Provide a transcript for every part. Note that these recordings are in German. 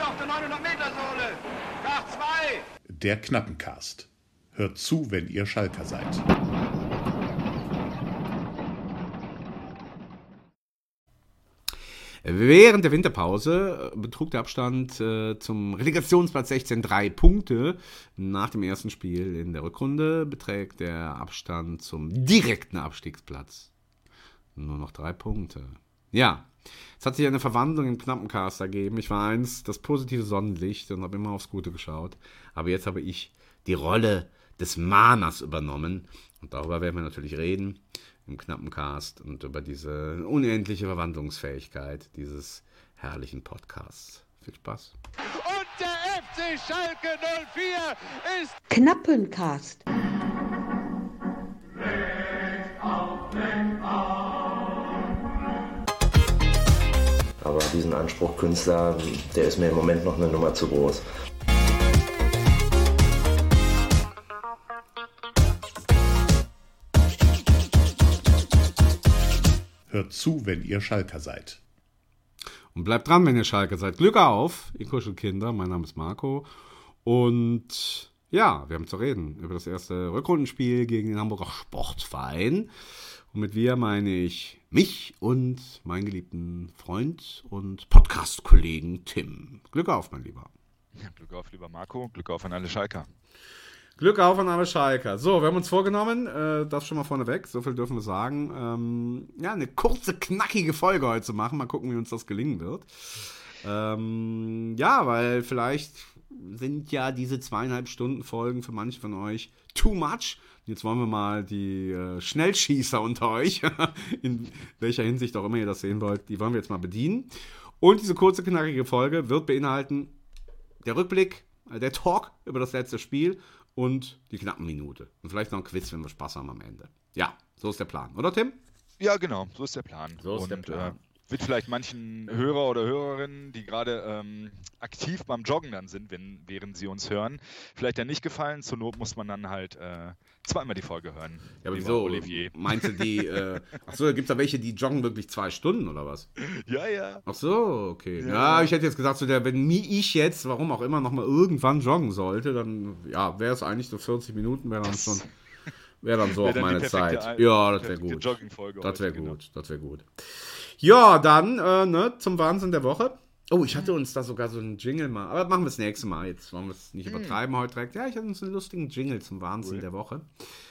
auf der 900-Meter-Sohle. Nach 2. Der Knappencast. Hört zu, wenn ihr Schalker seid. Während der Winterpause betrug der Abstand zum Relegationsplatz 16 3 Punkte. Nach dem ersten Spiel in der Rückrunde beträgt der Abstand zum direkten Abstiegsplatz nur noch 3 Punkte. Ja, es hat sich eine Verwandlung im Knappencast ergeben. Ich war einst das positive Sonnenlicht und habe immer aufs Gute geschaut. Aber jetzt habe ich die Rolle des Mahners übernommen. Und darüber werden wir natürlich reden im Knappencast und über diese unendliche Verwandlungsfähigkeit dieses herrlichen Podcasts. Viel Spaß. Und der FC Schalke 04 ist Knappencast. Aber diesen Anspruch Künstler, der ist mir im Moment noch eine Nummer zu groß. Hört zu, wenn ihr Schalker seid. Und bleibt dran, wenn ihr Schalker seid. Glück auf, ihr Kuschelkinder. Mein Name ist Marco. Und ja, wir haben zu reden über das erste Rückrundenspiel gegen den Hamburger Sportverein. Und mit wir meine ich mich und meinen geliebten Freund und Podcast-Kollegen Tim. Glück auf, mein Lieber. Ja, Glück auf, lieber Marco. Glück auf an alle Schalker. Glück auf an alle Schalker. So, wir haben uns vorgenommen, das schon mal vorneweg, so viel dürfen wir sagen, eine kurze, knackige Folge heute zu machen. Mal gucken, wie uns das gelingen wird. Weil vielleicht sind ja diese 2,5 Stunden Folgen für manche von euch too much. Jetzt wollen wir mal die Schnellschießer unter euch, in welcher Hinsicht auch immer ihr das sehen wollt, die wollen wir jetzt mal bedienen. Und diese kurze, knackige Folge wird beinhalten der Rückblick, der Talk über das letzte Spiel und die knappen Minute. Und vielleicht noch ein Quiz, wenn wir Spaß haben am Ende. Ja, so ist der Plan. Oder, Tim? Ja, genau. So ist der Plan. Wird vielleicht manchen Hörer oder Hörerinnen, die gerade aktiv beim Joggen dann sind, während sie uns hören, vielleicht ja nicht gefallen. Zur Not muss man dann halt zweimal die Folge hören. Ja, aber wieso? Olivier. Meinst du die, da gibt es da welche, die joggen wirklich 2 Stunden oder was? Ja. Ach so, okay. Ja, ich hätte jetzt gesagt, wenn ich jetzt, warum auch immer, nochmal irgendwann joggen sollte, dann wäre es eigentlich so 40 Minuten, wäre dann so auch meine Zeit. Ja, das wäre gut. Das wäre gut. Ja, dann zum Wahnsinn der Woche. Oh, ich hatte uns da sogar so einen Jingle mal. Aber machen wir das nächste Mal. Jetzt wollen wir es nicht übertreiben heute direkt. Ja, ich hatte uns einen lustigen Jingle zum Wahnsinn der Woche.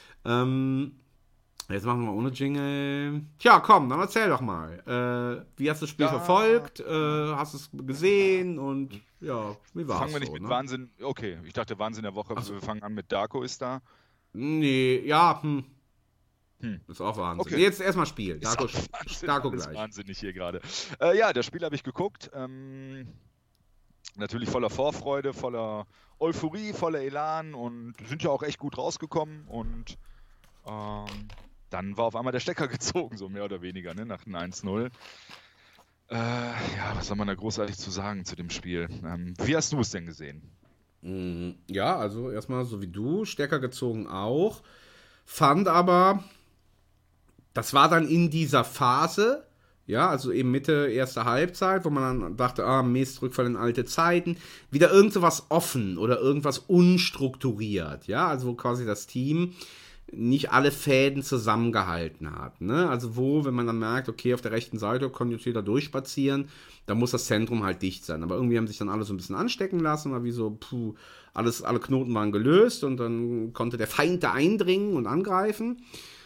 Jetzt machen wir ohne Jingle. Tja, komm, dann erzähl doch mal. Wie hast du das Spiel verfolgt? Hast du es gesehen? Und ja, wie war es? Fangen wir nicht mit Wahnsinn. Okay, ich dachte Wahnsinn der Woche. Wir fangen an mit Darko ist da. Nee, ja, Das ist auch Wahnsinn. Okay. Jetzt erstmal Spiel. Darko gleich. Das ist wahnsinnig hier gerade. Das Spiel habe ich geguckt. Natürlich voller Vorfreude, voller Euphorie, voller Elan und sind ja auch echt gut rausgekommen. Und dann war auf einmal der Stecker gezogen, so mehr oder weniger, ne, nach dem 1-0. Was soll man da großartig zu sagen zu dem Spiel? Wie hast du es denn gesehen? Ja, also erstmal so wie du, Stecker gezogen auch. Fand aber, das war dann in dieser Phase, ja, also eben Mitte erster Halbzeit, wo man dann dachte, Mist, Rückfall in alte Zeiten, wieder irgendwas offen oder irgendwas unstrukturiert, ja, also wo quasi das Team nicht alle Fäden zusammengehalten hat, ne, also wo, wenn man dann merkt, okay, auf der rechten Seite konnte jetzt jeder durchspazieren, da muss das Zentrum halt dicht sein, aber irgendwie haben sich dann alle so ein bisschen anstecken lassen, war wie so, alle Knoten waren gelöst und dann konnte der Feind da eindringen und angreifen.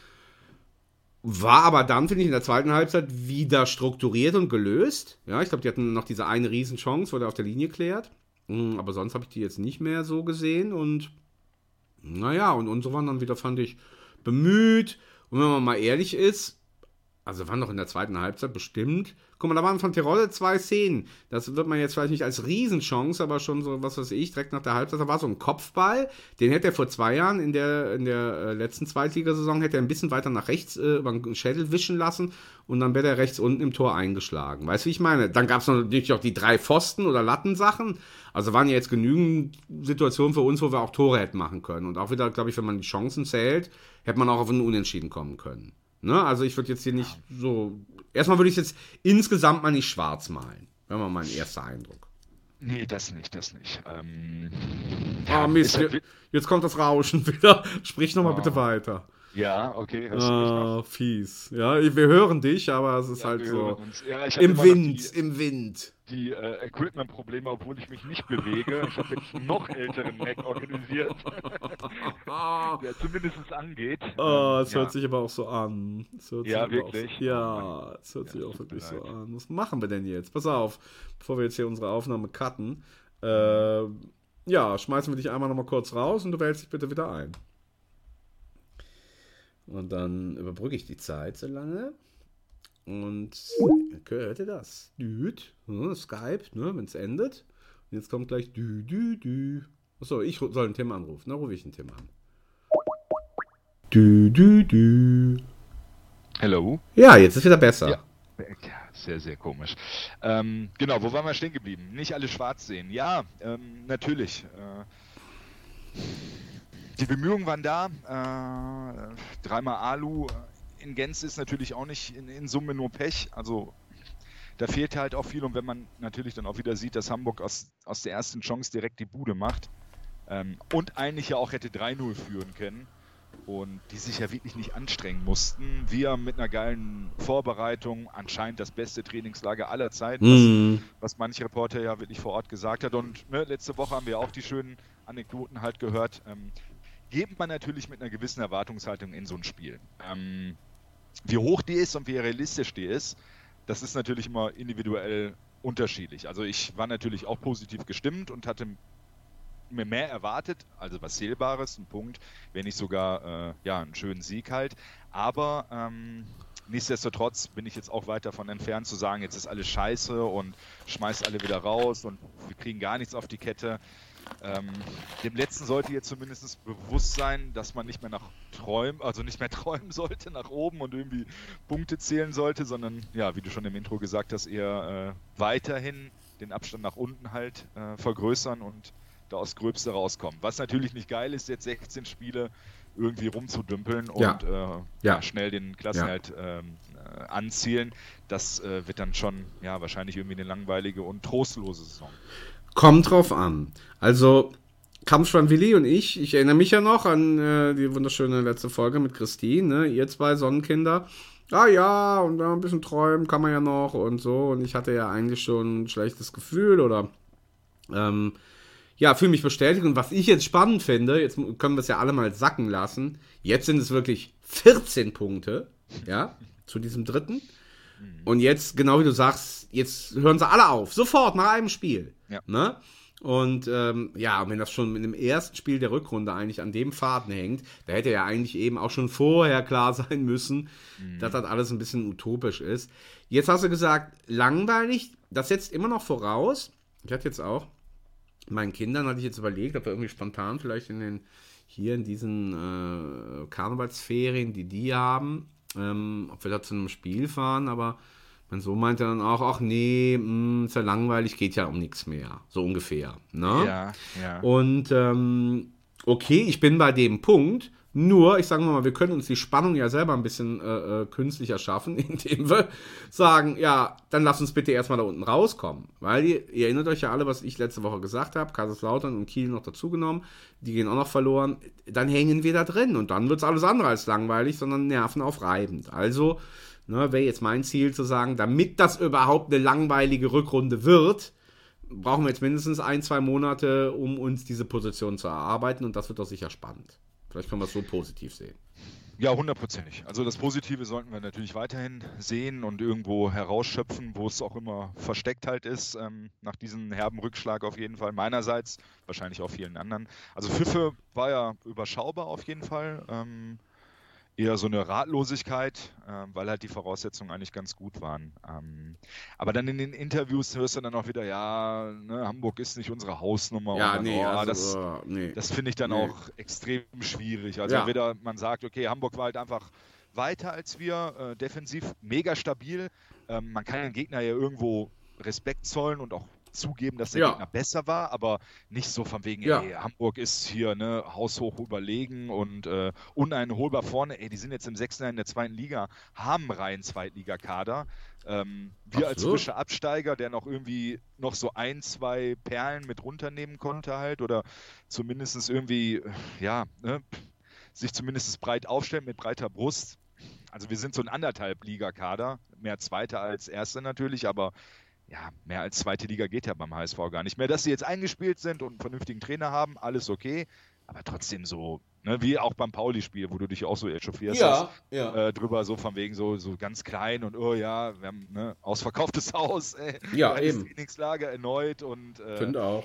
War aber dann, finde ich, in der zweiten Halbzeit wieder strukturiert und gelöst. Ja, ich glaube, die hatten noch diese eine Riesenchance, wo der auf der Linie klärt. Aber sonst habe ich die jetzt nicht mehr so gesehen. Und und unsere waren dann wieder, fand ich, bemüht. Und wenn man mal ehrlich ist, also waren doch in der zweiten Halbzeit bestimmt. Guck mal, da waren von Terodde 2 Szenen. Das wird man jetzt vielleicht nicht als Riesenchance, aber schon so, was weiß ich, direkt nach der Halbzeit, da war so ein Kopfball. Den hätte er vor 2 Jahren in der letzten Zweitligasaison, hätte er ein bisschen weiter nach rechts über den Schädel wischen lassen und dann wäre er rechts unten im Tor eingeschlagen. Weißt du, wie ich meine? Dann gab es natürlich auch die 3 Pfosten- oder Lattensachen. Also waren ja jetzt genügend Situationen für uns, wo wir auch Tore hätten machen können. Und auch wieder, glaube ich, wenn man die Chancen zählt, hätte man auch auf einen Unentschieden kommen können. Ne? Also ich würde jetzt hier nicht so... Erstmal würde ich es jetzt insgesamt mal nicht schwarz malen. Wäre mal mein erster Eindruck. Nee, das nicht. Mist, jetzt kommt das Rauschen wieder. Sprich nochmal bitte weiter. Ja, okay. Hörst du mich noch? Fies. Ja, wir hören dich, aber es ist halt so ja, im Wind. Die Equipment-Probleme, obwohl ich mich nicht bewege. Ich habe jetzt einen noch älteren Mac organisiert, der zumindest angeht. Es hört sich aber auch so an. Wirklich? Es hört sich auch wirklich so an. Was machen wir denn jetzt? Pass auf, bevor wir jetzt hier unsere Aufnahme cutten. Schmeißen wir dich einmal nochmal kurz raus und du wählst dich bitte wieder ein. Und dann überbrücke ich die Zeit so lange. Und hört ihr das? Skype, ne, wenn es endet. Und jetzt kommt gleich Achso, ich soll einen Tim anrufen. Dann rufe ich einen Tim an. Hello? Ja, jetzt ist wieder besser. Ja, sehr, sehr komisch. Genau, wo waren wir stehen geblieben? Nicht alle schwarz sehen. Ja, natürlich. Die Bemühungen waren da. Dreimal Alu in Gänze ist natürlich auch nicht in Summe nur Pech. Also da fehlt halt auch viel. Und wenn man natürlich dann auch wieder sieht, dass Hamburg aus der ersten Chance direkt die Bude macht und eigentlich ja auch hätte 3-0 führen können und die sich ja wirklich nicht anstrengen mussten. Wir mit einer geilen Vorbereitung, anscheinend das beste Trainingslager aller Zeiten, was manche Reporter ja wirklich vor Ort gesagt hat. Und letzte Woche haben wir auch die schönen Anekdoten halt gehört. Geht man natürlich mit einer gewissen Erwartungshaltung in so ein Spiel. Wie hoch die ist und wie realistisch die ist, das ist natürlich immer individuell unterschiedlich. Also ich war natürlich auch positiv gestimmt und hatte mir mehr erwartet, also was Zählbares, ein Punkt, wenn nicht sogar einen schönen Sieg halt. Aber nichtsdestotrotz bin ich jetzt auch weit davon entfernt zu sagen, jetzt ist alles scheiße und schmeißt alle wieder raus und wir kriegen gar nichts auf die Kette. Dem Letzten sollte jetzt zumindest bewusst sein, dass man nicht mehr träumen sollte nach oben und irgendwie Punkte zählen sollte, sondern ja, wie du schon im Intro gesagt hast, eher weiterhin den Abstand nach unten halt vergrößern und da aus Gröbste rauskommen. Was natürlich nicht geil ist, jetzt 16 Spiele irgendwie rumzudümpeln und schnell den Klassenerhalt anzielen. Das wird dann schon wahrscheinlich irgendwie eine langweilige und trostlose Saison. Kommt drauf an. Also, Kampfschwein Willi und ich erinnere mich ja noch an die wunderschöne letzte Folge mit Christine, ne? Ihr zwei Sonnenkinder. Ja, und ein bisschen träumen kann man ja noch und so. Und ich hatte ja eigentlich schon ein schlechtes Gefühl oder fühle mich bestätigt. Und was ich jetzt spannend finde, jetzt können wir es ja alle mal sacken lassen, jetzt sind es wirklich 14 Punkte, ja, zu diesem dritten. Und jetzt, genau wie du sagst, jetzt hören sie alle auf. Sofort, nach einem Spiel. Ja. Ne? Und wenn das schon mit dem ersten Spiel der Rückrunde eigentlich an dem Faden hängt, da hätte ja eigentlich eben auch schon vorher klar sein müssen, dass das alles ein bisschen utopisch ist. Jetzt hast du gesagt, langweilig, das setzt immer noch voraus. Ich hatte jetzt auch, meinen Kindern hatte ich jetzt überlegt, ob wir irgendwie spontan vielleicht in diesen Karnevalsferien, die haben, ob wir da zu einem Spiel fahren, aber mein Sohn meinte dann auch, ach nee, ist ja langweilig, geht ja um nichts mehr, so ungefähr. Ne? Ja. Und okay, ich bin bei dem Punkt, nur, ich sage mal, wir können uns die Spannung ja selber ein bisschen künstlich erschaffen, indem wir sagen, ja, dann lass uns bitte erstmal da unten rauskommen. Weil ihr erinnert euch ja alle, was ich letzte Woche gesagt habe, Kaiserslautern und Kiel noch dazugenommen, die gehen auch noch verloren, dann hängen wir da drin und dann wird es alles andere als langweilig, sondern nervenaufreibend. Also, wäre jetzt mein Ziel zu sagen, damit das überhaupt eine langweilige Rückrunde wird, brauchen wir jetzt mindestens 1-2 Monate, um uns diese Position zu erarbeiten und das wird doch sicher spannend. Vielleicht können wir es so positiv sehen. Ja, 100%. Also das Positive sollten wir natürlich weiterhin sehen und irgendwo herausschöpfen, wo es auch immer versteckt halt ist, nach diesem herben Rückschlag auf jeden Fall. Meinerseits, wahrscheinlich auch vielen anderen. Also Pfiffe war ja überschaubar auf jeden Fall. Eher so eine Ratlosigkeit, weil halt die Voraussetzungen eigentlich ganz gut waren. Aber dann in den Interviews hörst du dann auch wieder, Hamburg ist nicht unsere Hausnummer. Ja, dann, das finde ich dann auch extrem schwierig. Also entweder man sagt, okay, Hamburg war halt einfach weiter als wir, defensiv mega stabil. Man kann den Gegner ja irgendwo Respekt zollen und auch zugeben, dass der Gegner besser war, aber nicht so von wegen, ey, Hamburg ist hier haushoch überlegen und uneinholbar vorne. Ey, die sind jetzt im 6. Jahr in der 2. Liga, haben einen reinen Zweitligakader. Wir als frischer Absteiger, der noch irgendwie noch so 1, 2 Perlen mit runternehmen konnte halt oder zumindest irgendwie, sich zumindest breit aufstellen mit breiter Brust. Also wir sind so ein 1,5 Liga-Kader, mehr Zweite als Erste natürlich, aber mehr als 2. Liga geht ja beim HSV gar nicht mehr. Dass sie jetzt eingespielt sind und einen vernünftigen Trainer haben, alles okay, aber trotzdem so, wie auch beim Pauli-Spiel, wo du dich auch so echauffierst drüber, so von wegen so ganz klein und wir haben ausverkauftes Haus, eben. Trainingslager erneut und finde auch.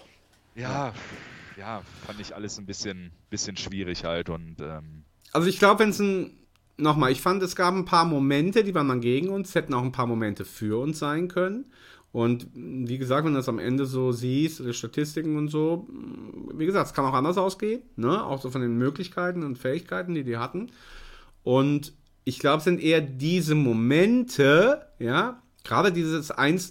Fand ich alles ein bisschen schwierig halt und also ich glaube, ich fand, es gab ein paar Momente, die waren dann gegen uns, hätten auch ein paar Momente für uns sein können. Und wie gesagt, wenn du das am Ende so siehst, die Statistiken und so, wie gesagt, es kann auch anders ausgehen, ne? Auch so von den Möglichkeiten und Fähigkeiten, die hatten. Und ich glaube, es sind eher diese Momente, gerade das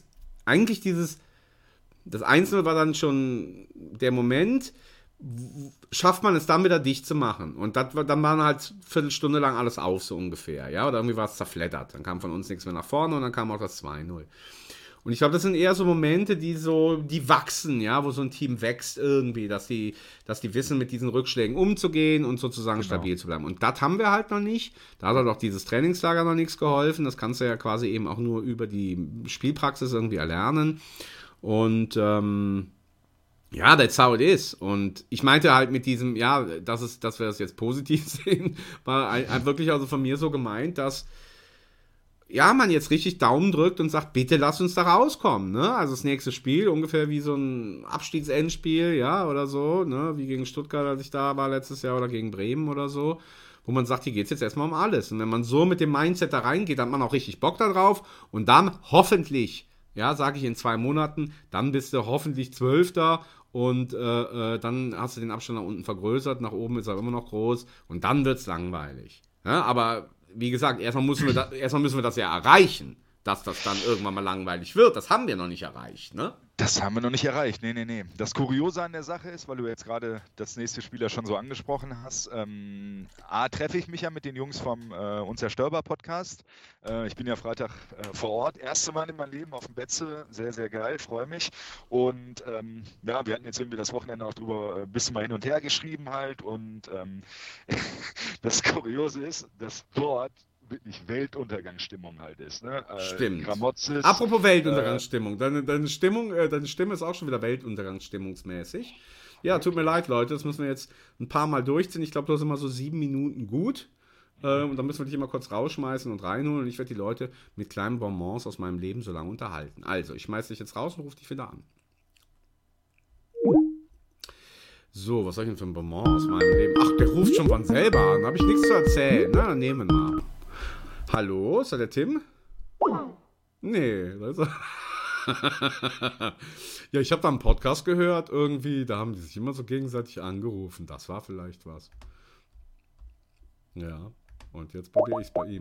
1-0 war dann schon der Moment, schafft man es dann wieder dicht zu machen. Und dann waren halt Viertelstunde lang alles auf, so ungefähr, oder irgendwie war es zerfleddert. Dann kam von uns nichts mehr nach vorne und dann kam auch das 2-0. Und ich glaube, das sind eher so Momente, die wachsen, wo so ein Team wächst irgendwie, dass die wissen, mit diesen Rückschlägen umzugehen und sozusagen stabil zu bleiben. Und das haben wir halt noch nicht. Da hat halt auch dieses Trainingslager noch nichts geholfen. Das kannst du ja quasi eben auch nur über die Spielpraxis irgendwie erlernen. Und that's how it is. Und ich meinte halt mit diesem, dass wir das jetzt positiv sehen, war wirklich also von mir so gemeint, dass man jetzt richtig Daumen drückt und sagt, bitte lass uns da rauskommen, ne? Also das nächste Spiel, ungefähr wie so ein Abstiegsendspiel, oder so, ne? Wie gegen Stuttgart, als ich da war letztes Jahr, oder gegen Bremen oder so, wo man sagt, hier geht es jetzt erstmal um alles. Und wenn man so mit dem Mindset da reingeht, dann hat man auch richtig Bock da drauf und dann hoffentlich, sage ich in 2 Monaten, dann bist du hoffentlich 12. Und dann hast du den Abstand nach unten vergrößert, nach oben ist er immer noch groß und dann wird es langweilig. Aber wie gesagt, erstmal müssen wir das ja erreichen, dass das dann irgendwann mal langweilig wird. Das haben wir noch nicht erreicht, ne? Das haben wir noch nicht erreicht, nee. Das Kuriose an der Sache ist, weil du jetzt gerade das nächste Spiel ja schon so angesprochen hast, treffe ich mich ja mit den Jungs vom Unzerstörbar-Podcast. Ich bin ja Freitag vor Ort, erste Mal in meinem Leben auf dem Betze, sehr, sehr geil, freue mich. Und wir hatten jetzt irgendwie das Wochenende auch drüber ein bisschen mal hin und her geschrieben halt und das Kuriose ist, dass dort wirklich Weltuntergangsstimmung halt ist. Ne? Stimmt. Gramotzes, apropos Weltuntergangsstimmung. Deine Stimme ist auch schon wieder Weltuntergangsstimmungsmäßig. Ja, tut mir leid, Leute. Das müssen wir jetzt ein paar Mal durchziehen. Ich glaube, du hast immer so 7 Minuten gut. Und dann müssen wir dich immer kurz rausschmeißen und reinholen. Und ich werde die Leute mit kleinen Bonbons aus meinem Leben so lange unterhalten. Also, ich schmeiße dich jetzt raus und rufe dich wieder an. So, was soll ich denn für ein Bonbon aus meinem Leben? Ach, der ruft schon von selber an. Da habe ich nichts zu erzählen. Na, dann nehmen wir mal. Hallo, ist da der Tim? Nee, das ist ja, ich habe da einen Podcast gehört irgendwie, da haben die sich immer so gegenseitig angerufen. Das war vielleicht was. Ja, und jetzt probiere ich es bei ihm.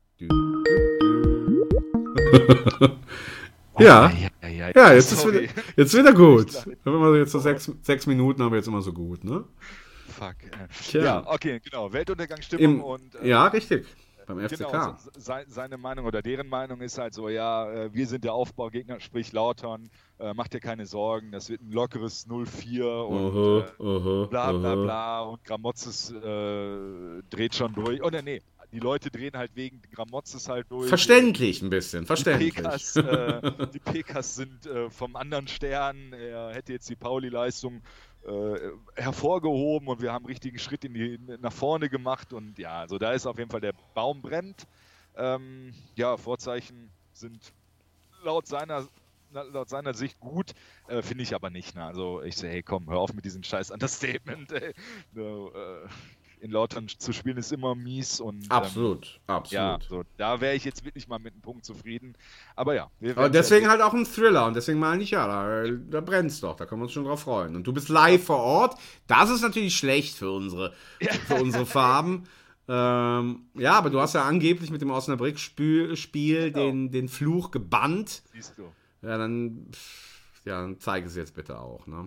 Ja, jetzt ist wieder gut. Jetzt so 6 Minuten haben wir jetzt immer so gut, ne? Fuck. Ja, okay, genau. Weltuntergangsstimmung und... ja, richtig. Beim FCK. Genau, seine Meinung oder deren Meinung ist halt so, wir sind der Aufbaugegner, sprich Lautern, macht dir keine Sorgen, das wird ein lockeres 0-4 und bla bla bla und Gramotzes dreht schon durch. Oder nee, die Leute drehen halt wegen Gramotzes halt durch. Verständlich ein bisschen, verständlich. Die PKs sind vom anderen Stern, er hätte jetzt die Pauli-Leistung hervorgehoben und wir haben einen richtigen Schritt nach vorne gemacht und ja, also da ist auf jeden Fall der Baum brennt. Vorzeichen sind laut seiner Sicht gut, finde ich aber nicht. Ne? Also ich sage, hey komm, hör auf mit diesem scheiß Understatement. In Lautern zu spielen ist immer mies und absolut. Ja, so, da wäre ich jetzt wirklich mal mit einem Punkt zufrieden. Aber ja. Aber deswegen halt auch ein Thriller und deswegen meine ich da brennt's doch, da können wir uns schon drauf freuen. Und du bist live vor Ort, das ist natürlich schlecht für unsere Farben. Aber du hast ja angeblich mit dem Osnabrück-Spiel den Fluch gebannt. Siehst du. Ja, dann ja, dann zeige es jetzt bitte auch, ne?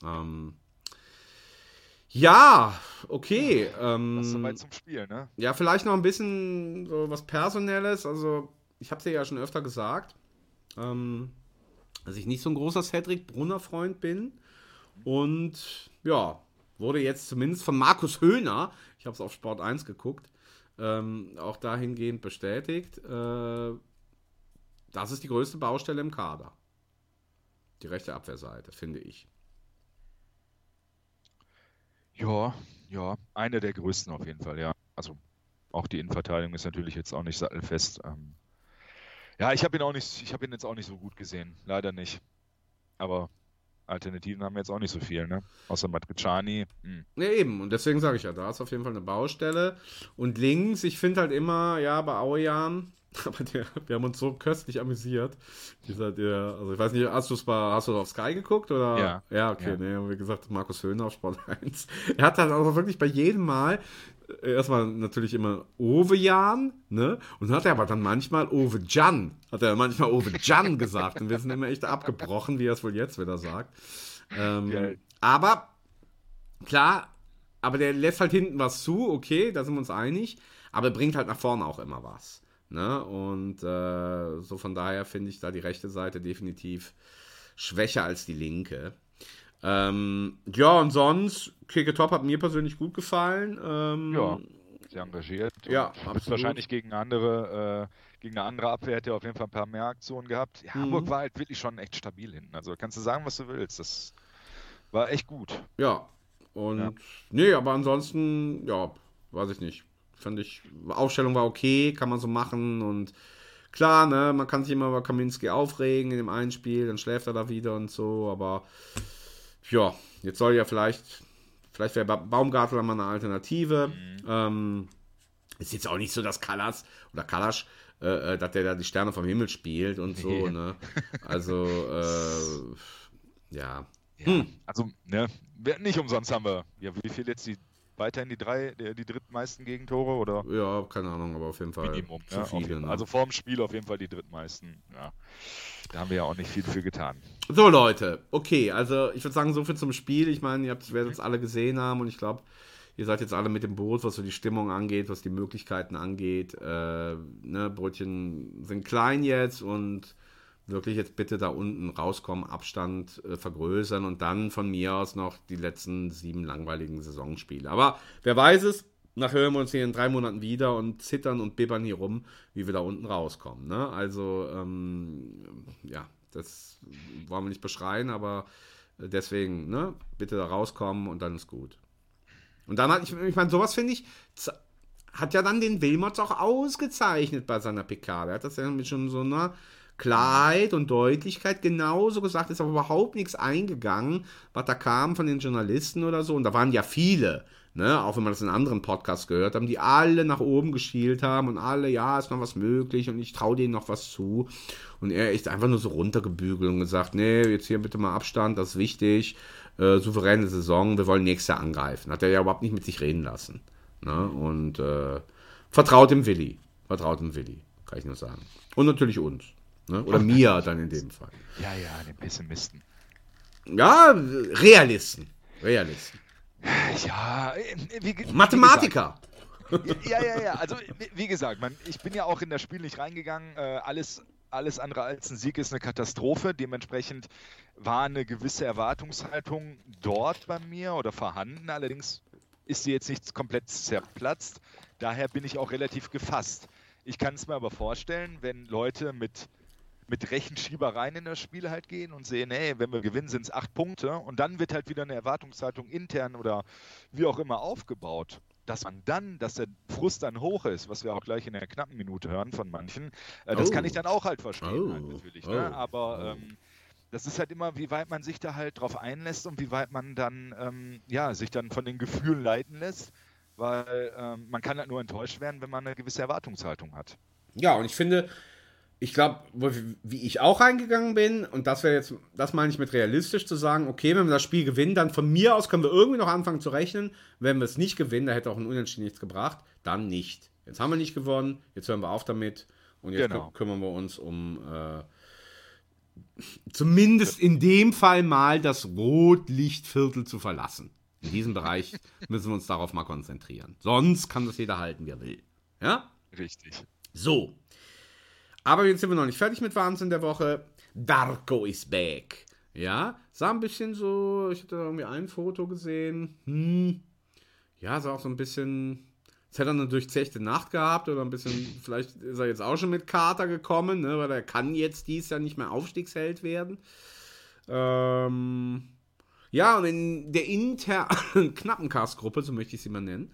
Ja, okay. Das ist soweit zum Spiel, ne? Ja, vielleicht noch ein bisschen so was Personelles. Also, ich habe es dir ja schon öfter gesagt, dass ich nicht so ein großer Cedric Brunner-Freund bin. Und ja, wurde jetzt zumindest von Markus Höhner, ich habe es auf Sport 1 geguckt, auch dahingehend bestätigt, das ist die größte Baustelle im Kader. Die rechte Abwehrseite, finde ich. Ja, eine der größten auf jeden Fall, ja. Also auch die Innenverteidigung ist natürlich jetzt auch nicht sattelfest. Ja, ich habe ihn jetzt auch nicht so gut gesehen, leider nicht. Aber Alternativen haben wir jetzt auch nicht so viel, ne? Außer Matriciani. Ja, eben. Und deswegen sage ich ja, da ist auf jeden Fall eine Baustelle. Und links, ich finde halt immer, ja, bei Aujan, aber wir haben uns so köstlich amüsiert. Also ich weiß nicht, hast du auf Sky geguckt? Oder? Ja. Ja, okay, nee, wie gesagt, Markus Höhner auf Sport 1. Er hat halt auch wirklich bei jedem Mal erstmal natürlich immer Ovejan, ne? Und hat er aber dann manchmal Ovejan gesagt. Und wir sind immer echt abgebrochen, wie er es wohl jetzt wieder sagt. Aber, klar, aber der lässt halt hinten was zu, okay, da sind wir uns einig. Aber er bringt halt nach vorne auch immer was. Ne? Und so von daher finde ich da die rechte Seite definitiv schwächer als die linke. Ja, und sonst, Keke Top hat mir persönlich gut gefallen. Ja, sehr engagiert. Ja, absolut. Wahrscheinlich gegen eine andere Abwehr hätte er auf jeden Fall ein paar mehr Aktionen gehabt. Ja, Hamburg war halt wirklich schon echt stabil hinten. Also kannst du sagen, was du willst. Das war echt gut. Ja, und nee, aber ansonsten, ja, weiß ich nicht. Fand ich, Aufstellung war okay, kann man so machen und klar, ne, man kann sich immer über Kaminski aufregen in dem einen Spiel, dann schläft er da wieder und so, aber ja, jetzt soll ja vielleicht wäre Baumgartl mal eine Alternative. Ist jetzt auch nicht so, dass Kalasch, dass der da die Sterne vom Himmel spielt und so, ne? Also, ja. Also, ne, nicht umsonst haben wir, ja, wie viel jetzt weiterhin die drittmeisten Gegentore, oder? Ja, keine Ahnung, aber auf jeden Fall Minimum, zu viele. Ne? Also vor dem Spiel auf jeden Fall die drittmeisten. Ja, da haben wir ja auch nicht viel für getan. So, Leute, okay, also ich würde sagen, so viel zum Spiel. Ich meine, ihr werdet es alle gesehen haben und ich glaube, ihr seid jetzt alle mit dem Boot, was so die Stimmung angeht, was die Möglichkeiten angeht. Ne, Brötchen sind klein jetzt und wirklich jetzt bitte da unten rauskommen, Abstand vergrößern und dann von mir aus noch die letzten 7 langweiligen Saisonspiele. Aber wer weiß es, nachher hören wir uns hier in 3 Monaten wieder und zittern und bibbern hier rum, wie wir da unten rauskommen. Ne? Also, ja, das wollen wir nicht beschreien, aber deswegen, ne, bitte da rauskommen und dann ist gut. Und dann ich meine, sowas finde ich, hat ja dann den Wilmots auch ausgezeichnet bei seiner PK. Er hat das ja mit schon so einer Klarheit und Deutlichkeit genauso gesagt, ist aber überhaupt nichts eingegangen, was da kam von den Journalisten oder so. Und da waren ja viele, ne, auch wenn man das in anderen Podcasts gehört haben, die alle nach oben geschielt haben und alle, ja, ist noch was möglich und ich traue denen noch was zu. Und er ist einfach nur so runtergebügelt und gesagt, nee, jetzt hier bitte mal Abstand, das ist wichtig, souveräne Saison, wir wollen nächstes Jahr angreifen. Hat er ja überhaupt nicht mit sich reden lassen. Ne? Und vertraut dem Willi, kann ich nur sagen. Und natürlich uns. Ne? Oder mir dann in dem Fall. Ja, den Pessimisten. Ja, Realisten. Ja, Mathematiker. Ja. Also, wie gesagt, ich bin ja auch in das Spiel nicht reingegangen. Alles andere als ein Sieg ist eine Katastrophe. Dementsprechend war eine gewisse Erwartungshaltung dort bei mir oder vorhanden. Allerdings ist sie jetzt nicht komplett zerplatzt. Daher bin ich auch relativ gefasst. Ich kann es mir aber vorstellen, wenn Leute mit Rechenschiebereien in das Spiel halt gehen und sehen, hey, wenn wir gewinnen, sind es 8 Punkte und dann wird halt wieder eine Erwartungshaltung intern oder wie auch immer aufgebaut, dass der Frust dann hoch ist, was wir auch gleich in der knappen Minute hören von manchen, das kann ich dann auch halt verstehen, halt natürlich, ne? Aber das ist halt immer, wie weit man sich da halt drauf einlässt und wie weit man dann, sich dann von den Gefühlen leiten lässt, weil man kann halt nur enttäuscht werden, wenn man eine gewisse Erwartungshaltung hat. Ja, und ich glaube, wie ich auch reingegangen bin, und das meine ich mit realistisch zu sagen, okay, wenn wir das Spiel gewinnen, dann von mir aus können wir irgendwie noch anfangen zu rechnen. Wenn wir es nicht gewinnen, da hätte auch ein Unentschieden nichts gebracht, dann nicht. Jetzt haben wir nicht gewonnen, jetzt hören wir auf damit und jetzt kümmern wir uns um zumindest in dem Fall mal das Rotlichtviertel zu verlassen. In diesem Bereich müssen wir uns darauf mal konzentrieren. Sonst kann das jeder halten, wie er will. Ja? Richtig. So. Aber jetzt sind wir noch nicht fertig mit Wahnsinn der Woche. Darko is back. Ja, sah ein bisschen so, ich hatte da irgendwie ein Foto gesehen. Ja, sah auch so ein bisschen, als hätte er eine durchzechte Nacht gehabt oder ein bisschen, vielleicht ist er jetzt auch schon mit Kater gekommen, ne, weil er kann jetzt dies Jahr nicht mehr Aufstiegsheld werden. Ja, und in der internen Knappencast-Gruppe, so möchte ich sie mal nennen,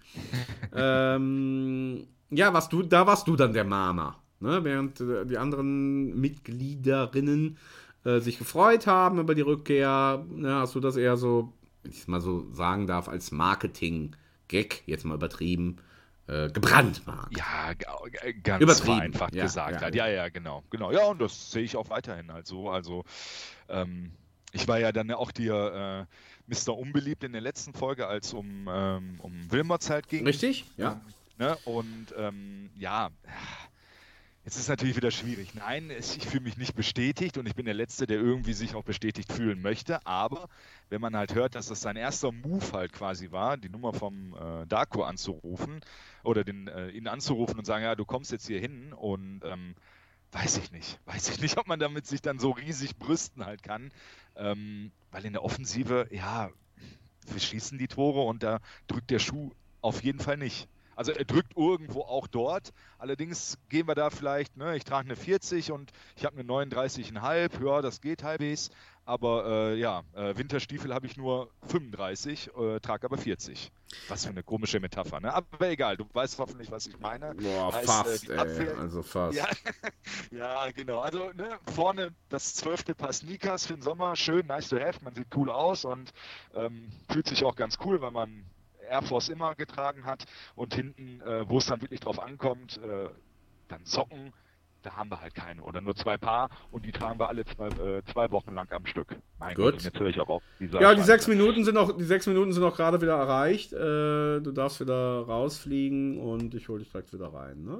ja, warst du dann der Mama, ne, während die anderen Mitgliederinnen sich gefreut haben über die Rückkehr, ja, hast du das eher so, wenn ich es mal so sagen darf, als Marketing-Gag, jetzt mal übertrieben, gebrandmarkt. Ja, ganz vereinfacht gesagt. Ja, genau. Ja, und das sehe ich auch weiterhin. Also ich war ja dann auch dir Mr. Unbeliebt in der letzten Folge, als um Wilmots halt ging. Richtig, ja. Ne? Und ja, jetzt ist es natürlich wieder schwierig. Nein, ich fühle mich nicht bestätigt und ich bin der Letzte, der irgendwie sich auch bestätigt fühlen möchte. Aber wenn man halt hört, dass das sein erster Move halt quasi war, die Nummer vom Darko anzurufen oder ihn anzurufen und sagen, ja, du kommst jetzt hier hin und weiß ich nicht, ob man damit sich dann so riesig brüsten halt kann. Weil in der Offensive, ja, wir schießen die Tore und da drückt der Schuh auf jeden Fall nicht. Also er drückt irgendwo auch dort, allerdings gehen wir da vielleicht, ne, ich trage eine 40 und ich habe eine 39,5, ja, das geht halbwegs, aber Winterstiefel habe ich nur 35, trage aber 40. Was für eine komische Metapher, ne? Aber egal, du weißt hoffentlich, was ich meine. Boah, heißt, fast, also fast. Ja, genau, also ne, vorne das 12. Paar Sneakers für den Sommer, schön, nice to have, man sieht cool aus und fühlt sich auch ganz cool, weil man Air Force immer getragen hat und hinten, wo es dann wirklich drauf ankommt, dann Socken, da haben wir halt keine oder nur 2 Paar und die tragen wir alle 2 Wochen lang am Stück. Mein Gott, jetzt höre ich aber auch ja, die 6 Minuten sind auch gerade wieder erreicht. Du darfst wieder rausfliegen und ich hole dich direkt wieder rein, ne?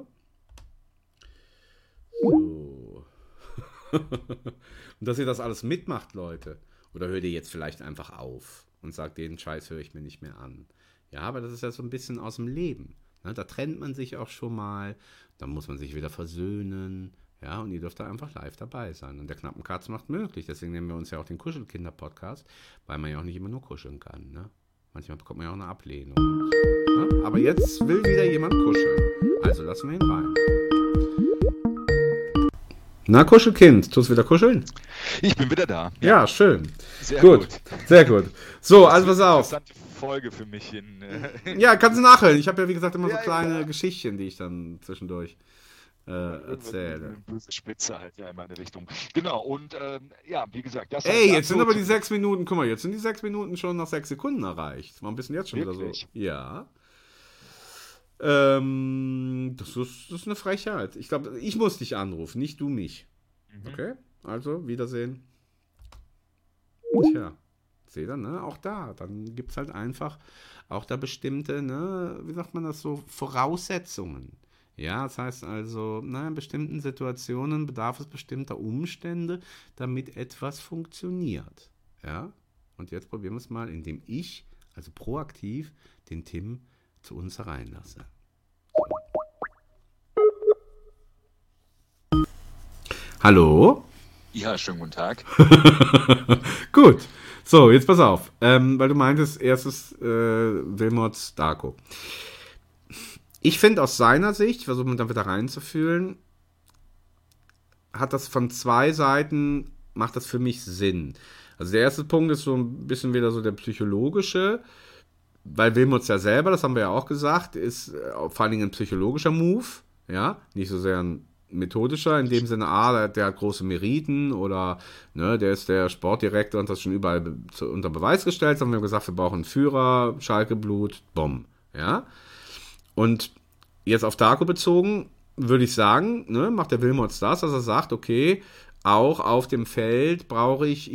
So. Und dass ihr das alles mitmacht, Leute. Oder hört ihr jetzt vielleicht einfach auf und sagt, den Scheiß höre ich mir nicht mehr an. Ja, aber das ist ja so ein bisschen aus dem Leben. Ne? Da trennt man sich auch schon mal, dann muss man sich wieder versöhnen. Ja, und ihr dürft da einfach live dabei sein. Und der Knappencast macht möglich. Deswegen nehmen wir uns ja auch den Kuschelkinder-Podcast, weil man ja auch nicht immer nur kuscheln kann. Ne? Manchmal bekommt man ja auch eine Ablehnung. Ne? Aber jetzt will wieder jemand kuscheln. Also lassen wir ihn rein. Na, Kuschelkind, tust du wieder kuscheln? Ich bin wieder da. Ja, schön. Sehr gut. Sehr gut. So, also pass auf. Interessante Folge für mich. Ja, kannst du nachhören. Ich habe ja, wie gesagt, immer so kleine Geschichtchen, die ich dann zwischendurch erzähle. Eine böse Spitze halt ja in meine Richtung. Genau, und wie gesagt, das Ey, jetzt sind aber die 6 Minuten, guck mal, jetzt sind die 6 Minuten schon nach 6 Sekunden erreicht. Warum bist du jetzt schon wirklich? Wieder so? Ja. Das ist eine Frechheit. Ich glaube, ich muss dich anrufen, nicht du mich. Okay? Also, Wiedersehen. Tja, seht ihr, ne? Auch da. Dann gibt es halt einfach auch da bestimmte, ne, wie sagt man das so, Voraussetzungen. Ja, das heißt also, in bestimmten Situationen bedarf es bestimmter Umstände, damit etwas funktioniert. Ja? Und jetzt probieren wir es mal, indem ich, also proaktiv, den Tim zu uns hereinlasse. Hallo? Ja, schönen guten Tag. Gut. So, jetzt pass auf. Weil du meintest, erstes Wilmots Darko. Ich finde aus seiner Sicht, ich versuche mich dann wieder reinzufühlen, hat das von 2 Seiten, macht das für mich Sinn. Also der erste Punkt ist so ein bisschen wieder so der psychologische, weil Wilmots ja selber, das haben wir ja auch gesagt, ist vor allen Dingen ein psychologischer Move, ja, nicht so sehr ein methodischer, in dem Sinne, der hat große Meriten oder ne, der ist der Sportdirektor und das schon überall unter Beweis gestellt, sondern wir haben gesagt, wir brauchen einen Führer, Schalke-Blut, Bomb, ja. Und jetzt auf Darko bezogen, würde ich sagen, ne, macht der Wilmots das, dass er sagt, okay, auch auf dem Feld brauche ich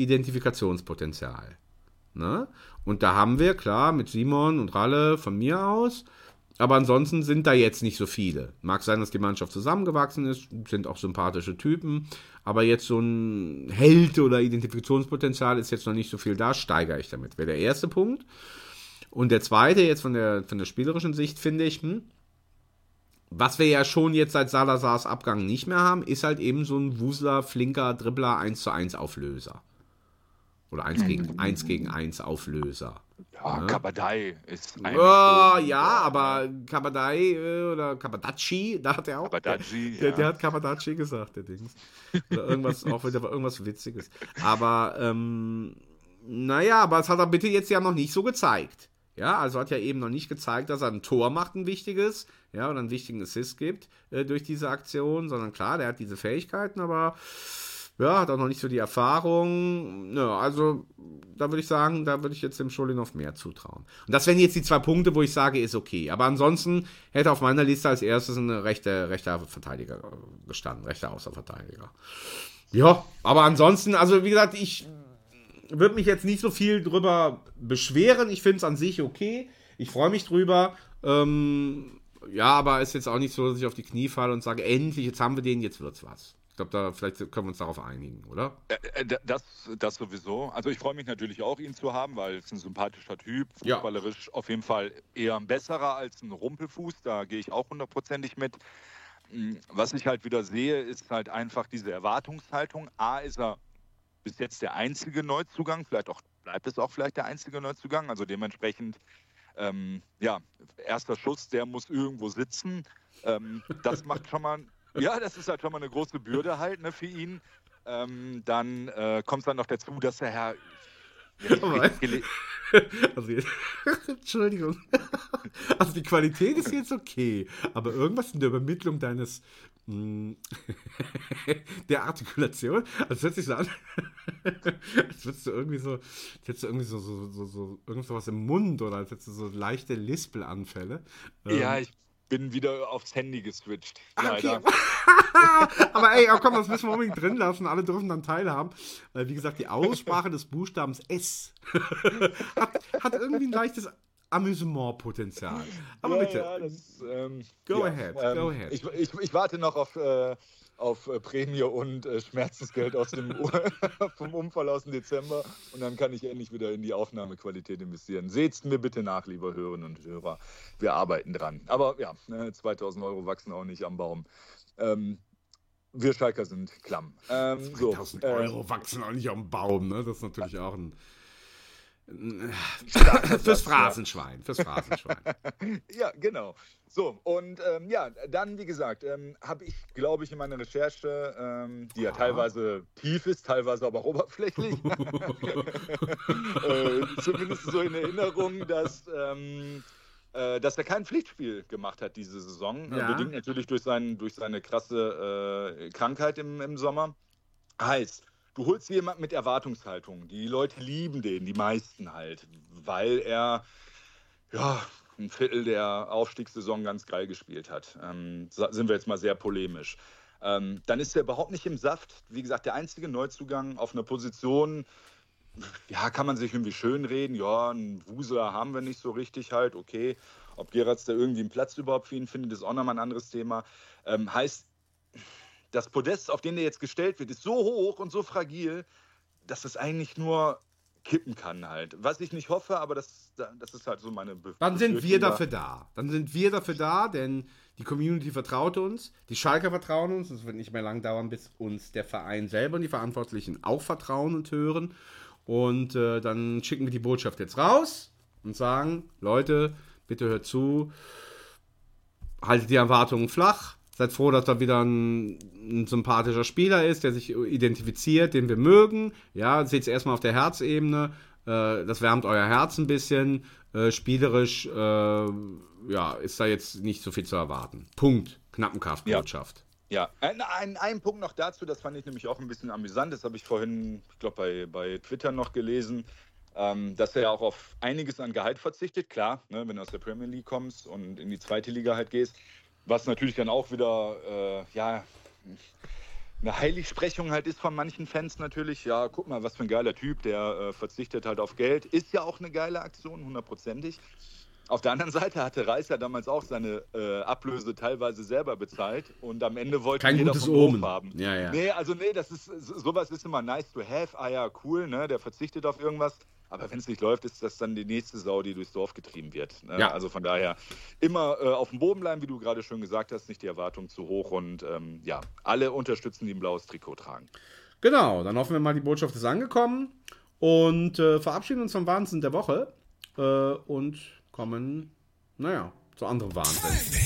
Identifikationspotenzial. Ne? Und da haben wir, klar, mit Simon und Ralle von mir aus, Aber ansonsten sind da jetzt nicht so viele. Mag sein, dass die Mannschaft zusammengewachsen ist, sind auch sympathische Typen, aber jetzt so ein Held oder Identifikationspotenzial ist jetzt noch nicht so viel da, steigere ich damit. Wäre der erste Punkt. Und der zweite, jetzt von der spielerischen Sicht, finde ich, was wir ja schon jetzt seit Salazars Abgang nicht mehr haben, ist halt eben so ein Wusler, flinker Dribbler 1:1 Auflöser. Oder 1 gegen 1 Auflöser. Ja, Kabadai ist eigentlich aber Kabadai oder Kabadachi, da hat er auch. Kabadachi, der hat Kabadachi gesagt, der Dings. Oder irgendwas, auch wieder irgendwas Witziges. Aber, aber es hat er bitte jetzt ja noch nicht so gezeigt. Ja, also hat ja eben noch nicht gezeigt, dass er ein Tor macht, ein wichtiges, ja, oder einen wichtigen Assist gibt durch diese Aktion, sondern klar, der hat diese Fähigkeiten, aber ja, hat auch noch nicht so die Erfahrung. Ja, also da würde ich sagen, da würde ich jetzt dem Schulinov mehr zutrauen. Und das wären jetzt die 2 Punkte, wo ich sage, ist okay. Aber ansonsten hätte auf meiner Liste als erstes ein rechter Verteidiger gestanden, rechter Außenverteidiger. Ja, aber ansonsten, also wie gesagt, ich würde mich jetzt nicht so viel drüber beschweren. Ich finde es an sich okay. Ich freue mich drüber. Aber ist jetzt auch nicht so, dass ich auf die Knie falle und sage, endlich, jetzt haben wir den, jetzt wird's was. Ich glaube, vielleicht können wir uns darauf einigen, oder? Das sowieso. Also ich freue mich natürlich auch, ihn zu haben, weil es ein sympathischer Typ, fußballerisch auf jeden Fall eher ein besserer als ein Rumpelfuß. Da gehe ich auch 100%ig mit. Was ich halt wieder sehe, ist halt einfach diese Erwartungshaltung. A, ist er bis jetzt der einzige Neuzugang, bleibt es auch vielleicht der einzige Neuzugang. Also dementsprechend, erster Schuss, der muss irgendwo sitzen. Das macht schon mal... Ja, das ist halt schon mal eine große Bürde halt, ne, für ihn. Dann kommt es dann noch dazu, dass der Herr... Entschuldigung. Also die Qualität ist jetzt okay, aber irgendwas in der Übermittlung deines der Artikulation, also hört sich so an, als würdest du irgendwie so irgendwas im Mund oder als hättest du so leichte Lispelanfälle. Ja, ich bin wieder aufs Handy geswitcht. Leider. Okay. Aber komm, das müssen wir unbedingt drin lassen. Alle dürfen dann teilhaben. Weil, wie gesagt, die Aussprache des Buchstabens S hat irgendwie ein leichtes Amüsementpotenzial. Aber bitte. Ja, go ahead. Ich warte noch auf Prämie und Schmerzensgeld vom Unfall aus dem Dezember und dann kann ich endlich wieder in die Aufnahmequalität investieren. Seht's mir bitte nach, liebe Hörerinnen und Hörer. Wir arbeiten dran. Aber ja, 2.000 Euro wachsen auch nicht am Baum. Wir Schalker sind klamm. 2.000 Euro wachsen auch nicht am Baum. Ne? Das ist natürlich auch ein... Fürs Phrasenschwein. Ja, genau. So, und dann, wie gesagt, habe ich, glaube ich, in meiner Recherche, die ja teilweise tief ist, teilweise aber auch oberflächlich, zumindest so in Erinnerung, dass er kein Pflichtspiel gemacht hat diese Saison, bedingt natürlich durch seine krasse Krankheit im Sommer. Heißt, du holst jemanden mit Erwartungshaltung. Die Leute lieben den, die meisten halt, weil er ein Viertel der Aufstiegssaison ganz geil gespielt hat. Sind wir jetzt mal sehr polemisch. Dann ist er überhaupt nicht im Saft. Wie gesagt, der einzige Neuzugang auf einer Position, kann man sich irgendwie schön reden. Ja, einen Wuseler haben wir nicht so richtig halt, okay. Ob Geratz da irgendwie einen Platz überhaupt für ihn findet, ist auch nochmal ein anderes Thema. Heißt, das Podest, auf den der jetzt gestellt wird, ist so hoch und so fragil, dass es eigentlich nur kippen kann halt. Was ich nicht hoffe, aber das ist halt so meine Befürchtung. Dann sind wir dafür da. Denn die Community vertraut uns, die Schalker vertrauen uns. Es wird nicht mehr lang dauern, bis uns der Verein selber und die Verantwortlichen auch vertrauen und hören. Und dann schicken wir die Botschaft jetzt raus und sagen, Leute, bitte hört zu, haltet die Erwartungen flach. Seid froh, dass da wieder ein sympathischer Spieler ist, der sich identifiziert, den wir mögen. Ja, seht es erstmal auf der Herzebene. Das wärmt euer Herz ein bisschen. Spielerisch, ist da jetzt nicht so viel zu erwarten. Punkt. Knappenkraftbotschaft. Ja, ein Punkt noch dazu, das fand ich nämlich auch ein bisschen amüsant. Das habe ich vorhin, ich glaube, bei Twitter noch gelesen, dass er ja auch auf einiges an Gehalt verzichtet. Klar, ne, wenn du aus der Premier League kommst und in die zweite Liga halt gehst. Was natürlich dann auch wieder, eine Heiligsprechung halt ist von manchen Fans natürlich. Ja, guck mal, was für ein geiler Typ, der verzichtet halt auf Geld. Ist ja auch eine geile Aktion, 100%ig. Auf der anderen Seite hatte Reis ja damals auch seine Ablöse teilweise selber bezahlt und am Ende wollte kein jeder gutes vom Omen Hof haben. Ja. Nee, das ist, sowas ist immer nice to have. Ah ja, cool, ne? Der verzichtet auf irgendwas. Aber wenn es nicht läuft, ist das dann die nächste Sau, die durchs Dorf getrieben wird. Ne? Ja. Also von daher immer auf dem Boden bleiben, wie du gerade schon gesagt hast, nicht die Erwartung zu hoch und alle unterstützen, die ein blaues Trikot tragen. Genau, dann hoffen wir mal, die Botschaft ist angekommen und verabschieden uns vom Wahnsinn der Woche und kommen, zu anderen Wahnsinn.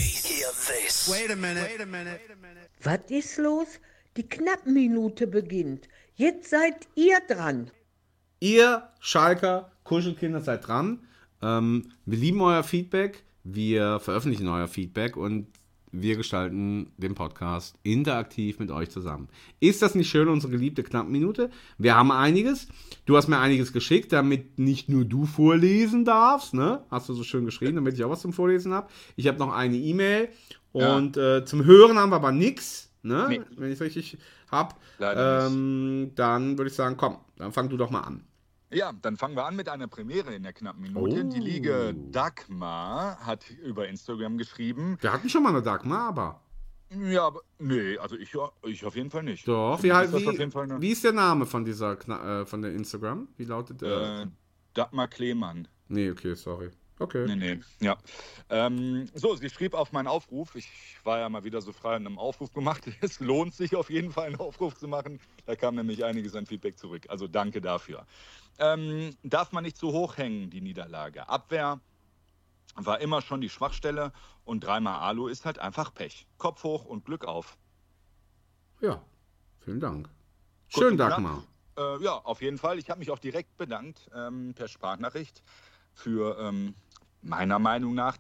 Was ist los? Die Knappenminute beginnt. Jetzt seid ihr dran. Ihr Schalker Kuschelkinder seid dran. Wir lieben euer Feedback. Wir veröffentlichen euer Feedback und wir gestalten den Podcast interaktiv mit euch zusammen. Ist das nicht schön, unsere geliebte Knappenminute? Wir haben einiges. Du hast mir einiges geschickt, damit nicht nur du vorlesen darfst. Ne? Hast du so schön geschrieben, damit ich auch was zum Vorlesen habe. Ich habe noch eine E-Mail und zum Hören haben wir aber nichts. Ne? Nee. Wenn ich es richtig habe. Dann würde ich sagen, komm, dann fang du doch mal an. Ja, dann fangen wir an mit einer Premiere in der knappen Minute. Die Liga Dagmar hat über Instagram geschrieben. Wir hatten schon mal eine Dagmar, aber... Ja, aber nee, also ich auf jeden Fall nicht. Doch, wie ist der Name von dieser von der Instagram? Wie lautet der? Dagmar Kleemann. Nee, okay, sorry. Okay. Nee, ja. Sie schrieb auf meinen Aufruf, ich war ja mal wieder so frei und einen Aufruf gemacht, es lohnt sich auf jeden Fall einen Aufruf zu machen, da kam nämlich einiges an Feedback zurück, also danke dafür. Darf man nicht zu hoch hängen, die Niederlage. Abwehr war immer schon die Schwachstelle und 3-mal Alu ist halt einfach Pech. Kopf hoch und Glück auf. Ja, vielen Dank. Schön, Dagmar. Ja, auf jeden Fall. Ich habe mich auch direkt bedankt per Sprachnachricht für meiner Meinung nach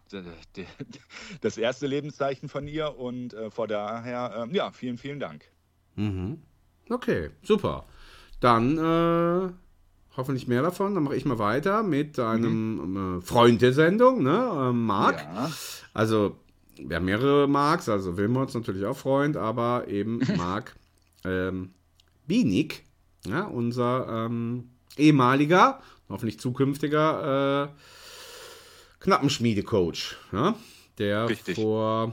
das erste Lebenszeichen von ihr und von daher, vielen, vielen Dank. Mhm. Okay, super. Dann hoffentlich mehr davon. Dann mache ich mal weiter mit einem Freund der Sendung, ne? Marc. Ja. Also, wir haben mehrere Marks, also Wilmots natürlich auch Freund, aber eben Marc Bienig, ja, unser ehemaliger, hoffentlich zukünftiger Knappenschmiede-Coach, ja, der vor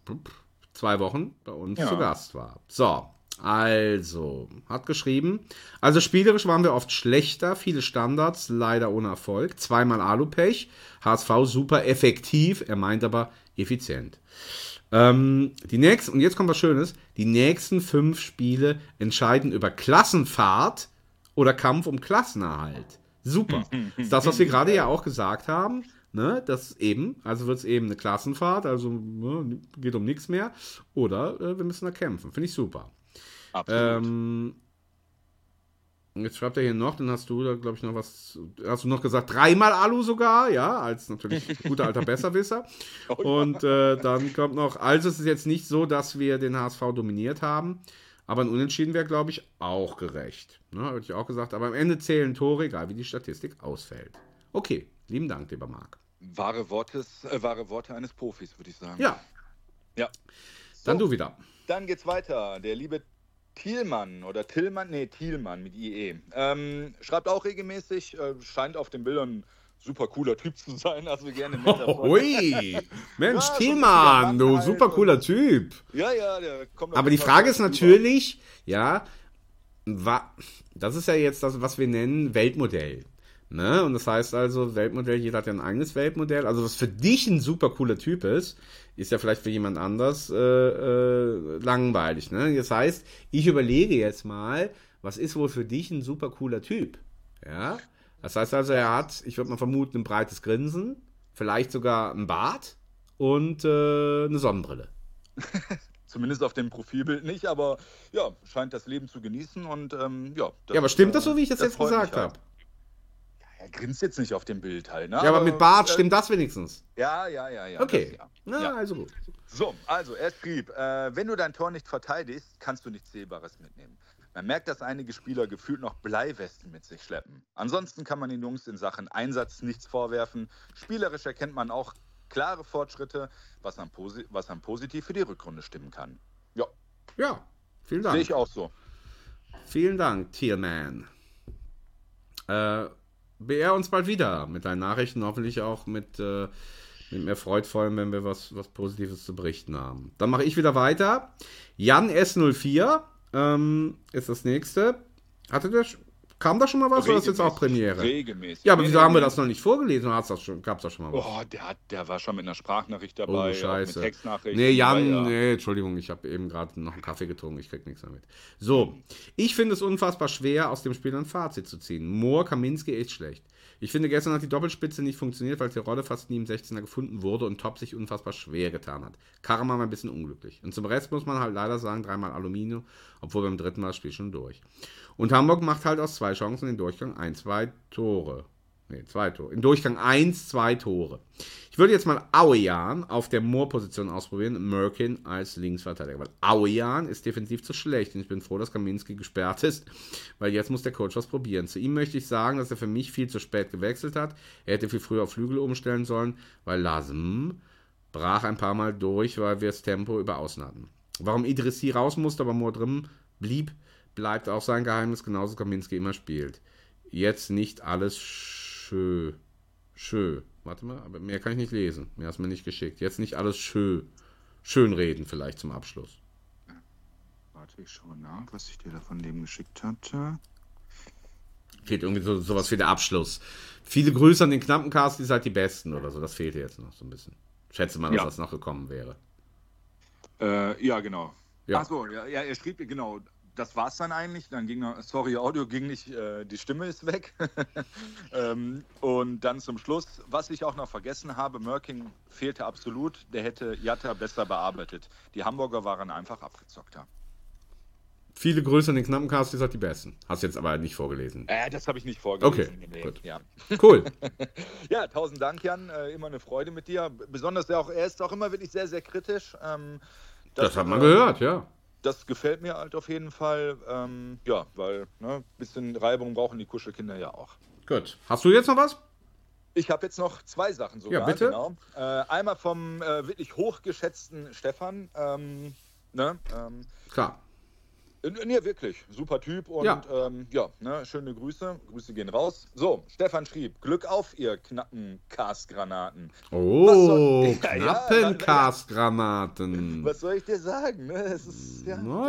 2 Wochen bei uns zu Gast war. So, also, hat geschrieben, also spielerisch waren wir oft schlechter, viele Standards, leider ohne Erfolg, 2-mal Alupech, HSV super effektiv, er meint aber effizient. Und jetzt kommt was Schönes, die nächsten 5 Spiele entscheiden über Klassenfahrt oder Kampf um Klassenerhalt. Super. Das ist das, was wir gerade ja auch gesagt haben. Ne, das eben, also wird es eben eine Klassenfahrt, also geht um nichts mehr. Oder wir müssen da kämpfen. Finde ich super. Absolut. Jetzt schreibt er hier noch, dann hast du da, glaube ich, noch was, hast du noch gesagt, 3-mal Alu sogar, ja, als natürlich guter alter Besserwisser. Und dann kommt noch, also es ist jetzt nicht so, dass wir den HSV dominiert haben, aber ein Unentschieden wäre, glaube ich, auch gerecht. Ne, habe ich auch gesagt, aber am Ende zählen Tore, egal wie die Statistik ausfällt. Okay, lieben Dank, lieber Marc. Wahre Worte eines Profis, würde ich sagen. Ja. Dann du wieder. Dann geht's weiter. Der liebe Thielmann mit IE. Schreibt auch regelmäßig, scheint auf den Bildern super cooler Typ zu sein, also gerne mit Hui, Mensch, ja, Thielmann, du super cooler Typ. Ja, der kommt. Aber die Frage ist natürlich, das ist ja jetzt das, was wir nennen Weltmodell. Ne? Und das heißt also, Weltmodell, jeder hat ja ein eigenes Weltmodell. Also was für dich ein super cooler Typ ist ja vielleicht für jemand anders langweilig. Ne? Das heißt, ich überlege jetzt mal, was ist wohl für dich ein super cooler Typ? Ja? Das heißt also, er hat, ich würde mal vermuten, ein breites Grinsen, vielleicht sogar ein Bart und eine Sonnenbrille. Zumindest auf dem Profilbild nicht, aber ja, scheint das Leben zu genießen und aber stimmt das so, wie ich das jetzt gesagt habe? Er grinst jetzt nicht auf dem Bild halt, ne? Ja, aber mit Bart stimmt das wenigstens. Ja. Okay, also gut. So, also er schrieb, wenn du dein Tor nicht verteidigst, kannst du nichts Sehbares mitnehmen. Man merkt, dass einige Spieler gefühlt noch Bleiwesten mit sich schleppen. Ansonsten kann man den Jungs in Sachen Einsatz nichts vorwerfen. Spielerisch erkennt man auch klare Fortschritte, was dann positiv für die Rückrunde stimmen kann. Ja, vielen Dank. Sehe ich auch so. Vielen Dank, Thielmann. beehr uns bald wieder mit deinen Nachrichten, hoffentlich auch mit mehr freudvollem, wenn wir was Positives zu berichten haben. Dann mache ich wieder weiter. Jan S04 ist das nächste. Kam da schon mal was, oder ist jetzt auch Premiere? Regelmäßig. Ja, aber wieso haben wir das noch nicht vorgelesen? Gab es da schon mal was? Oh, der war schon mit einer Sprachnachricht dabei, Scheiße. mit Textnachrichten. Nee, Jan, nee, Entschuldigung, ich habe eben gerade noch einen Kaffee getrunken, ich krieg nichts damit. So, ich finde es unfassbar schwer, aus dem Spiel ein Fazit zu ziehen. Mohr, Kaminski, echt schlecht. Ich finde, gestern hat die Doppelspitze nicht funktioniert, weil die Rolle fast nie im 16er gefunden wurde und Top sich unfassbar schwer getan hat. Karma war ein bisschen unglücklich. Und zum Rest muss man halt leider sagen, 3-mal Aluminium, obwohl beim 3. Mal das Spiel schon durch. Und Hamburg macht halt aus 2 Chancen in Durchgang 2 Tore. Nee, 2 Tore. In Durchgang 2 Tore. Ich würde jetzt mal Auejan auf der Moor-Position ausprobieren, Merkin als Linksverteidiger. Weil Auejan ist defensiv zu schlecht und ich bin froh, dass Kaminski gesperrt ist, weil jetzt muss der Coach was probieren. Zu ihm möchte ich sagen, dass er für mich viel zu spät gewechselt hat. Er hätte viel früher auf Flügel umstellen sollen, weil Lasem brach ein paar Mal durch, weil wir das Tempo über Außen hatten. Warum Idrissi raus musste, aber Moor drin blieb, bleibt auch sein Geheimnis, genauso Kaminski immer spielt. Jetzt nicht alles schön. Warte mal, aber mehr kann ich nicht lesen. Mehr hast du mir nicht geschickt. Jetzt nicht alles schön reden vielleicht zum Abschluss. Warte, ich schaue nach, was ich dir da von dem geschickt hatte. Fehlt irgendwie sowas wie der Abschluss. Viele Grüße an den knappen Cast, ihr seid die Besten oder so. Das fehlt jetzt noch so ein bisschen. Schätze mal, dass das noch gekommen wäre. Ja, genau. Ja. Achso, ja, er schrieb, genau, das war's dann eigentlich. Dann ging noch, sorry, Audio ging nicht, die Stimme ist weg. Und dann zum Schluss, was ich auch noch vergessen habe, Merkin fehlte absolut. Der hätte Jatta besser bearbeitet. Die Hamburger waren einfach abgezockter. Viele Grüße an den knappen Cast, ihr seid die Besten. Hast du jetzt aber nicht vorgelesen. Das habe ich nicht vorgelesen. Okay, nee. gut. Ja. Cool. Ja, 1000 Dank, Jan. Immer eine Freude mit dir. Besonders er ist auch immer wirklich sehr, sehr kritisch. Das hat man gehört, ja. Das gefällt mir halt auf jeden Fall. Ja, weil ein bisschen Reibung brauchen die Kuschelkinder ja auch. Gut. Hast du jetzt noch was? Ich habe jetzt noch 2 Sachen sogar. Ja, bitte. Genau. Einmal vom wirklich hochgeschätzten Stefan. Klar. Nee, wirklich. Super Typ und schöne Grüße. Grüße gehen raus. So, Stefan schrieb, Glück auf, ihr knappen Cast-Granaten. Oh, knappen Cast-Granaten. Was soll ich dir sagen? Ne? Es ist,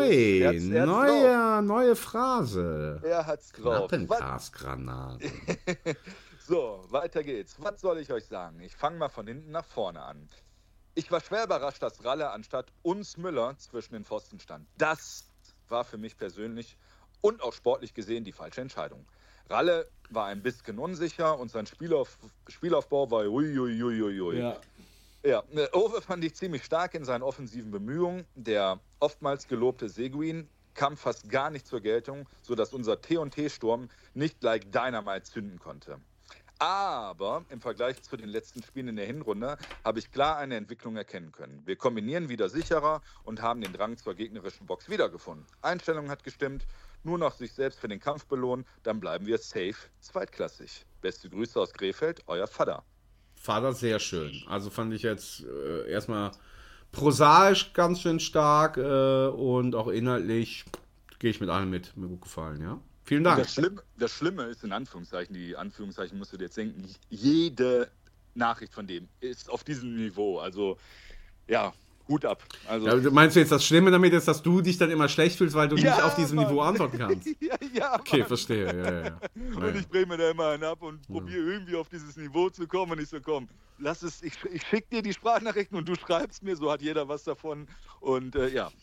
neue Phrase. Er hat's drauf. Knappen Cast-Granaten. So, weiter geht's. Was soll ich euch sagen? Ich fange mal von hinten nach vorne an. Ich war schwer überrascht, dass Ralle anstatt uns Müller zwischen den Pfosten stand. Das war für mich persönlich und auch sportlich gesehen die falsche Entscheidung. Ralle war ein bisschen unsicher und sein Spielaufbau war uiuiuiui. Ja, Owe fand ich ziemlich stark in seinen offensiven Bemühungen. Der oftmals gelobte Seguin kam fast gar nicht zur Geltung, sodass unser T&T-Sturm nicht like Dynamite zünden konnte. Aber im Vergleich zu den letzten Spielen in der Hinrunde habe ich klar eine Entwicklung erkennen können. Wir kombinieren wieder sicherer und haben den Drang zur gegnerischen Box wiedergefunden. Einstellung hat gestimmt, nur noch sich selbst für den Kampf belohnen, dann bleiben wir safe zweitklassig. Beste Grüße aus Krefeld, euer Vater. Vater, sehr schön. Also fand ich jetzt erstmal prosaisch ganz schön stark und auch inhaltlich gehe ich mit allem mit. Mir gut gefallen, ja. Vielen Dank. Das Schlimme ist, in Anführungszeichen, die Anführungszeichen musst du dir jetzt denken, jede Nachricht von dem ist auf diesem Niveau. Also, ja, Hut ab. Also, ja, meinst du jetzt, das Schlimme damit ist, dass du dich dann immer schlecht fühlst, weil du nicht auf diesem Niveau antworten kannst? ja, okay, Mann. Verstehe. Ja. Und ich bringe mir da immer einen ab und probiere irgendwie auf dieses Niveau zu kommen. Und ich so, komm, lass es, ich schicke dir die Sprachnachrichten und du schreibst mir, so hat jeder was davon. Und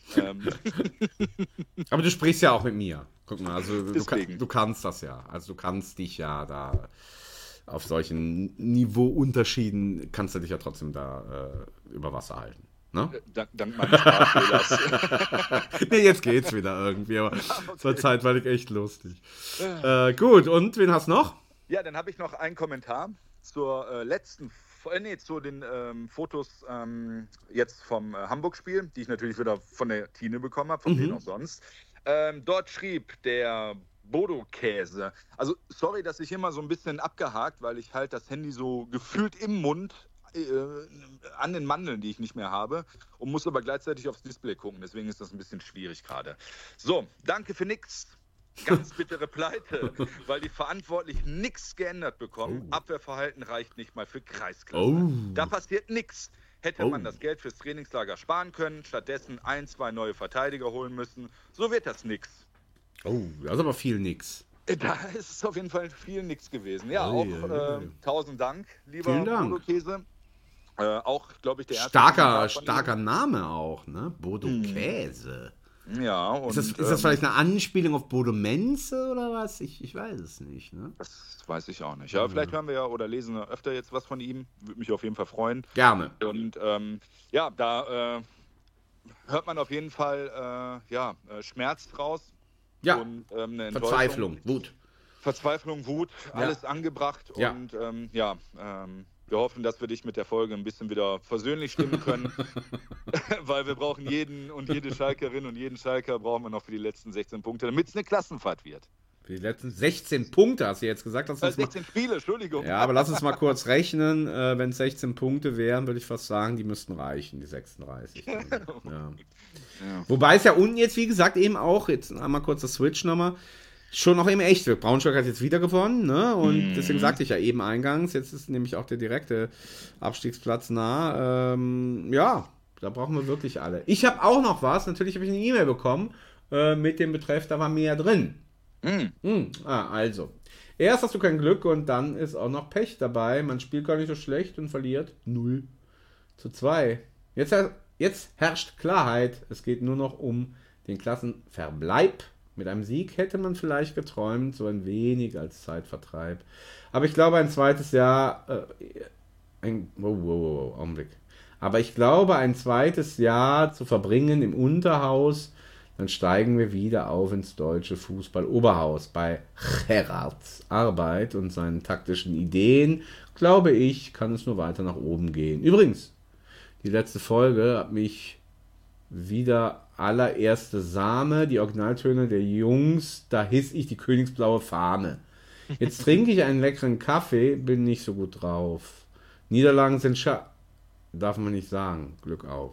Aber du sprichst ja auch mit mir. Guck mal, also du kannst das ja. Also du kannst dich ja da auf solchen Niveauunterschieden, kannst du dich ja trotzdem da über Wasser halten. Ne? Dank meines Sprachfehlers. Nee, jetzt geht's wieder irgendwie, aber es war zeitweilig echt lustig. Gut, und wen hast du noch? Ja, dann habe ich noch einen Kommentar zur zu den Fotos jetzt vom Hamburg-Spiel, die ich natürlich wieder von der Tine bekommen habe, von denen auch sonst. Dort schrieb der Bodo-Käse, also sorry, dass ich immer so ein bisschen abgehakt, weil ich halt das Handy so gefühlt im Mund an den Mandeln, die ich nicht mehr habe, und muss aber gleichzeitig aufs Display gucken, deswegen ist das ein bisschen schwierig gerade. So, danke für nix. Ganz bittere Pleite, weil die Verantwortlichen nichts geändert bekommen. Abwehrverhalten reicht nicht mal für Kreisklasse. Da passiert nichts. Hätte man das Geld fürs Trainingslager sparen können, stattdessen 1, 2 neue Verteidiger holen müssen, so wird das nix. Oh, das ist aber viel nix. Da ist es auf jeden Fall viel nix gewesen. Ja, auch 1000 Dank, lieber Bodo Käse. Auch, glaube ich, der erste. Starker Name auch, ne? Bodo Käse. Ja, und ist das vielleicht eine Anspielung auf Bodo Menze oder was? Ich weiß es nicht, ne? Das weiß ich auch nicht. Ja, vielleicht hören wir ja oder lesen öfter jetzt was von ihm. Würde mich auf jeden Fall freuen. Gerne. Und ja, da hört man auf jeden Fall Schmerz draus. Ja, und, eine Verzweiflung, Wut. Alles angebracht. Ja. Und wir hoffen, dass wir dich mit der Folge ein bisschen wieder versöhnlich stimmen können, weil wir brauchen jeden und jede Schalkerin und jeden Schalker brauchen wir noch für die letzten 16 Punkte, damit es eine Klassenfahrt wird. Für die letzten 16 Punkte hast du jetzt gesagt. 16 Spiele, Entschuldigung. Ja, aber lass uns mal kurz rechnen. Wenn es 16 Punkte wären, würde ich fast sagen, die müssten reichen, die 36. Ja. Wobei es ja unten jetzt, wie gesagt, eben auch, jetzt einmal kurz das Switch nochmal, schon noch eben echt wird. Braunschweig hat jetzt wieder gewonnen, ne? Und deswegen sagte ich ja eben eingangs, jetzt ist nämlich auch der direkte Abstiegsplatz nah. Ja, da brauchen wir wirklich alle. Ich habe auch noch was, natürlich habe ich eine E-Mail bekommen mit dem Betreff, da war mehr drin. Also. Erst hast du kein Glück und dann ist auch noch Pech dabei. Man spielt gar nicht so schlecht und verliert 0:2. Jetzt herrscht Klarheit. Es geht nur noch um den Klassenverbleib. Mit einem Sieg hätte man vielleicht geträumt, so ein wenig als Zeitvertreib. Aber ich glaube, ein zweites Jahr... Augenblick. Aber ich glaube, ein zweites Jahr zu verbringen im Unterhaus, dann steigen wir wieder auf ins deutsche Fußball-Oberhaus. Bei Gerards Arbeit und seinen taktischen Ideen, glaube ich, kann es nur weiter nach oben gehen. Übrigens, die letzte Folge hat mich wieder allererste Sahne, die Originaltöne der Jungs, da hiss ich die königsblaue Fahne. Jetzt trinke ich einen leckeren Kaffee, bin nicht so gut drauf. Niederlagen sind darf man nicht sagen. Glück auf.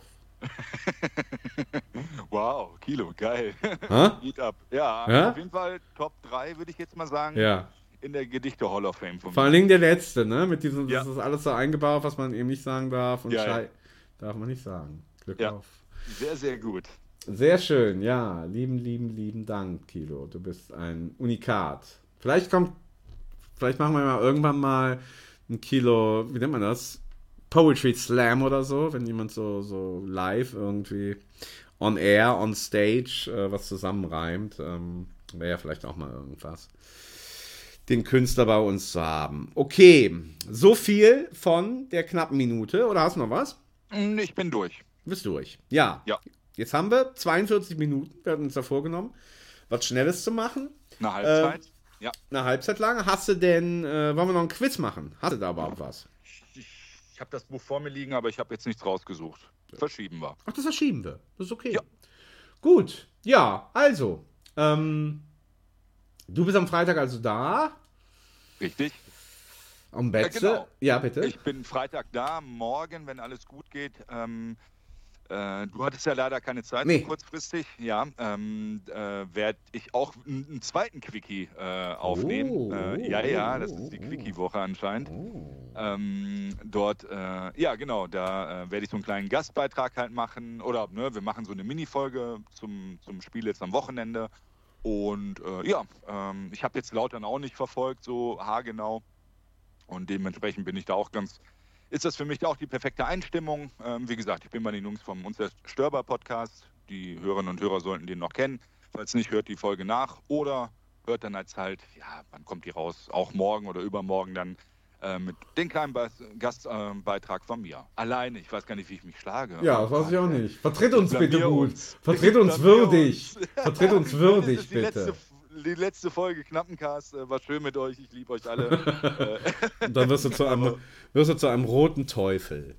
Wow, Kilo, geil. Geht ab. Ja, auf jeden Fall Top 3, würde ich jetzt mal sagen. Ja. In der Gedichte Hall of Fame. Vor allen Dingen der letzte, ne? Mit diesem, das ist alles so eingebaut, was man eben nicht sagen darf. Und darf man nicht sagen. Glück auf. Sehr, sehr gut. Sehr schön, ja. Lieben Dank, Kilo. Du bist ein Unikat. Vielleicht machen wir mal irgendwann mal ein Kilo, wie nennt man das? Poetry Slam oder so, wenn jemand so live irgendwie on air, on stage was zusammenreimt. Wäre ja vielleicht auch mal irgendwas. Den Künstler bei uns zu haben. Okay, so viel von der knappen Minute. Oder hast du noch was? Ich bin durch. Bist durch. Ja. Jetzt haben wir 42 Minuten. Wir hatten uns da vorgenommen, was Schnelles zu machen. Eine Halbzeit. Eine Halbzeit lang. Hast du denn, wollen wir noch einen Quiz machen? Hast du da überhaupt was? Ich habe das Buch vor mir liegen, aber ich habe jetzt nichts rausgesucht. Verschieben wir. Ach, das verschieben wir. Das ist okay. Ja. Gut. Ja, also. Du bist am Freitag also da. Richtig. Am Betze. Genau. Ja, bitte. Ich bin Freitag da. Morgen, wenn alles gut geht. Du hattest ja leider keine Zeit so kurzfristig. Ja, werde ich auch einen zweiten Quickie aufnehmen. Das ist die Quickie-Woche anscheinend. Dort, genau, da werde ich so einen kleinen Gastbeitrag halt machen. Oder wir machen so eine Mini-Folge zum Spiel jetzt am Wochenende. Und ich habe jetzt Lautern auch nicht verfolgt, so haargenau. Und dementsprechend bin ich da auch ist das für mich auch die perfekte Einstimmung. Wie gesagt, ich bin bei den Jungs vom Unser Störber-Podcast. Die Hörerinnen und Hörer sollten den noch kennen. Falls nicht, hört die Folge nach oder hört dann wann kommt die raus? Auch morgen oder übermorgen dann mit dem kleinen Gastbeitrag von mir. Alleine, ich weiß gar nicht, wie ich mich schlage. Ja, das weiß ich auch nicht. Vertritt uns bitte gut. Vertritt uns würdig. Vertritt uns würdig, bitte. Die letzte Folge Knappencast war schön mit euch. Ich liebe euch alle. Und dann wirst du zu einem roten Teufel.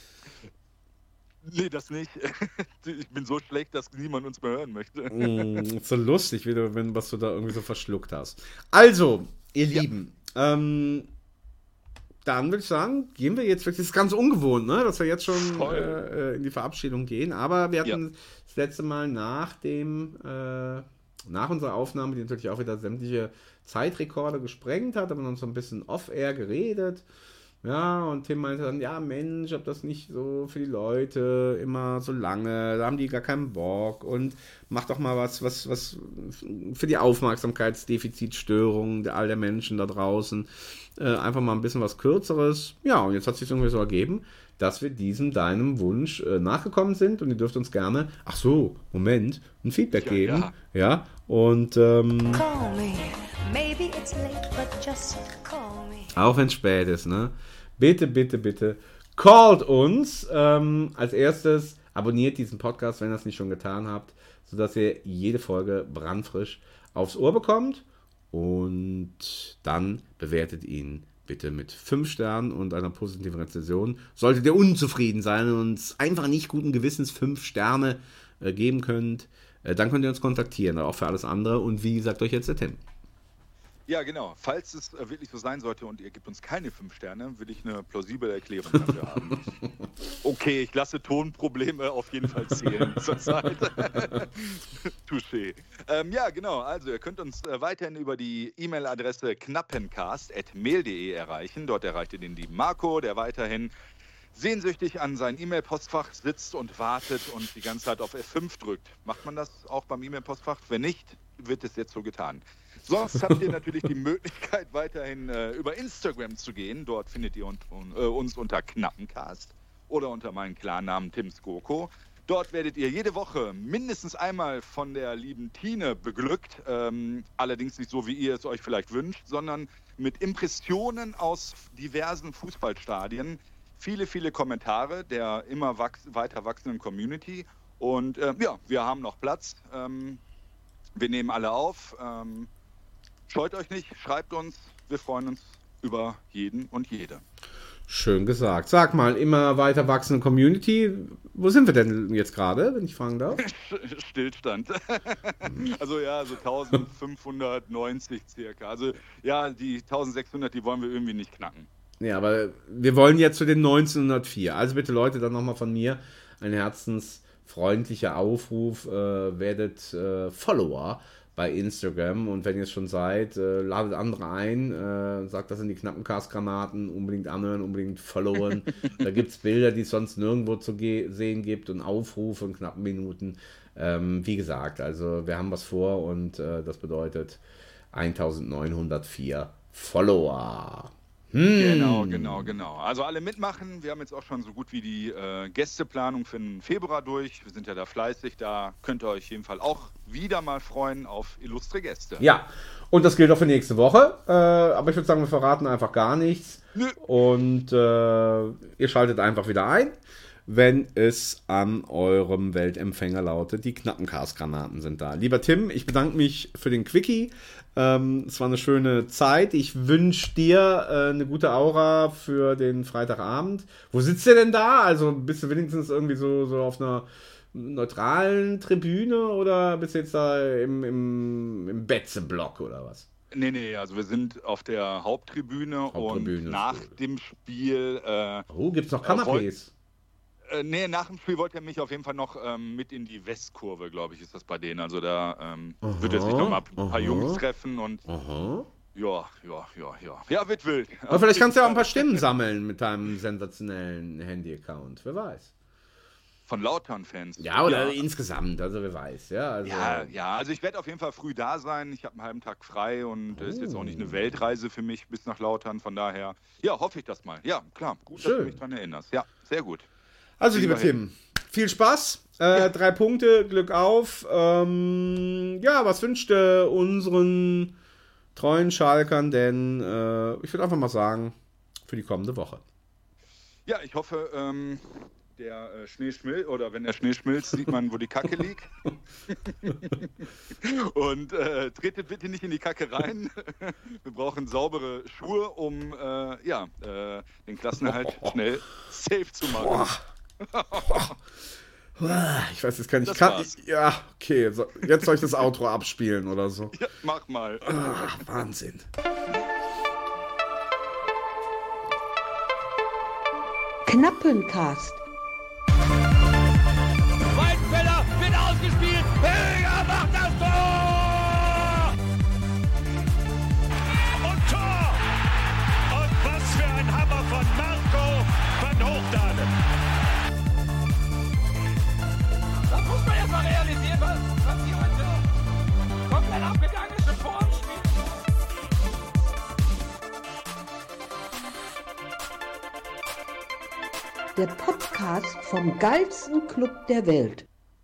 Nee, das nicht. Ich bin so schlecht, dass niemand uns mehr hören möchte. So lustig, was du da irgendwie so verschluckt hast. Also, ihr Lieben, dann würde ich sagen, gehen wir jetzt, das ist ganz ungewohnt, ne, dass wir jetzt schon in die Verabschiedung gehen, aber wir hatten das letzte Mal nach dem nach unserer Aufnahme, die natürlich auch wieder sämtliche Zeitrekorde gesprengt hat, haben wir uns so ein bisschen off-air geredet. Ja, und Tim meinte dann, ja Mensch, ob das nicht so für die Leute immer so lange, da haben die gar keinen Bock und mach doch mal was für die Aufmerksamkeitsdefizitstörungen all der Menschen da draußen, einfach mal ein bisschen was Kürzeres. Ja, und jetzt hat sich irgendwie so ergeben, dass wir deinem Wunsch nachgekommen sind und ihr dürft uns gerne, ein Feedback geben. Ja, und Call me. Maybe it's late, but just call me. Auch wenn es spät ist, ne? Bitte, bitte, bitte, callt uns. Als erstes abonniert diesen Podcast, wenn ihr es nicht schon getan habt, sodass ihr jede Folge brandfrisch aufs Ohr bekommt. Und dann bewertet ihn bitte mit 5 Sternen und einer positiven Rezension. Solltet ihr unzufrieden sein und uns einfach nicht guten Gewissens 5 Sterne geben könnt, dann könnt ihr uns kontaktieren, auch für alles andere. Und wie sagt euch jetzt der Tim? Ja, genau. Falls es wirklich so sein sollte und ihr gebt uns keine 5 Sterne, will ich eine plausible Erklärung dafür haben. Okay, ich lasse Tonprobleme auf jeden Fall zählen zurzeit. Touché. Ja, genau. Also ihr könnt uns weiterhin über die E-Mail-Adresse knappencast@mail.de erreichen. Dort erreicht ihr den lieben Marco, der weiterhin sehnsüchtig an sein E-Mail-Postfach sitzt und wartet und die ganze Zeit auf F5 drückt. Macht man das auch beim E-Mail-Postfach? Wenn nicht, wird es jetzt so getan. Sonst habt ihr natürlich die Möglichkeit, weiterhin über Instagram zu gehen. Dort findet ihr uns unter Knappencast oder unter meinem Klarnamen Tim Skoko. Dort werdet ihr jede Woche mindestens einmal von der lieben Tine beglückt. Allerdings nicht so, wie ihr es euch vielleicht wünscht, sondern mit Impressionen aus diversen Fußballstadien. Viele, viele Kommentare der immer weiter wachsenden Community. Und ja, wir haben noch Platz. Wir nehmen alle auf. Scheut euch nicht, schreibt uns. Wir freuen uns über jeden und jede. Schön gesagt. Sag mal, immer weiter wachsende Community. Wo sind wir denn jetzt gerade, wenn ich fragen darf? Stillstand. Also ja, so 1590 circa. Also ja, die 1600, die wollen wir irgendwie nicht knacken. Ja, aber wir wollen jetzt zu den 1904. Also bitte Leute, dann nochmal von mir ein herzensfreundlicher Aufruf. Werdet Follower bei Instagram und wenn ihr es schon seid, ladet andere ein, sagt, das sind die Knappencast-Granaten, unbedingt anhören, unbedingt followen. Da gibt es Bilder, die es sonst nirgendwo zu sehen gibt und Aufrufe in knappen Minuten. Wie gesagt, also wir haben was vor und das bedeutet 1904 Follower. Genau. Also alle mitmachen. Wir haben jetzt auch schon so gut wie die Gästeplanung für den Februar durch. Wir sind ja da fleißig. Da könnt ihr euch auf jeden Fall auch wieder mal freuen auf illustre Gäste. Ja, und das gilt auch für nächste Woche. Aber ich würde sagen, wir verraten einfach gar nichts. Nö. Und ihr schaltet einfach wieder ein, wenn es an eurem Weltempfänger lautet, die Knappencast-Granaten sind da. Lieber Tim, ich bedanke mich für den Quickie. Es war eine schöne Zeit. Ich wünsche dir eine gute Aura für den Freitagabend. Wo sitzt ihr denn da? Also bist du wenigstens irgendwie so auf einer neutralen Tribüne oder bist du jetzt da im Betze-Block oder was? Nee, also wir sind auf der Haupttribüne und nach dem Spiel... gibt's noch Kanapés? Nee, nach dem Spiel wollte er mich auf jeden Fall noch mit in die Westkurve, glaube ich, ist das bei denen. Also da wird er sich noch mal ein paar Jungs treffen und ja, wird wild. Aber vielleicht kannst du ja auch ein paar Stimmen sammeln mit deinem sensationellen Handy-Account, wer weiß. Von Lautern-Fans. Ja, oder insgesamt, also wer weiß. Ja, also ich werde auf jeden Fall früh da sein. Ich habe einen halben Tag frei und es ist jetzt auch nicht eine Weltreise für mich bis nach Lautern. Von daher, ja, hoffe ich das mal. Ja, klar, gut, dass du mich daran erinnerst. Ja, sehr gut. Also, lieber Tim, viel Spaß, 3 Punkte, Glück auf. Was wünscht unseren treuen Schalkern denn, ich würde einfach mal sagen, für die kommende Woche? Ja, ich hoffe, der Schnee schmilzt, oder wenn der Schnee schmilzt, sieht man, wo die Kacke liegt. Und tretet bitte nicht in die Kacke rein. Wir brauchen saubere Schuhe, um den Klassenerhalt schnell safe zu machen. Ich weiß, jetzt kann ich... Ja, okay, so, jetzt soll ich das Outro abspielen oder so. Ja, mach mal. Wahnsinn. Knappencast. Weidenfeller wird ausgespielt. Höger macht das Tor! der Podcast vom geilsten Club der Welt.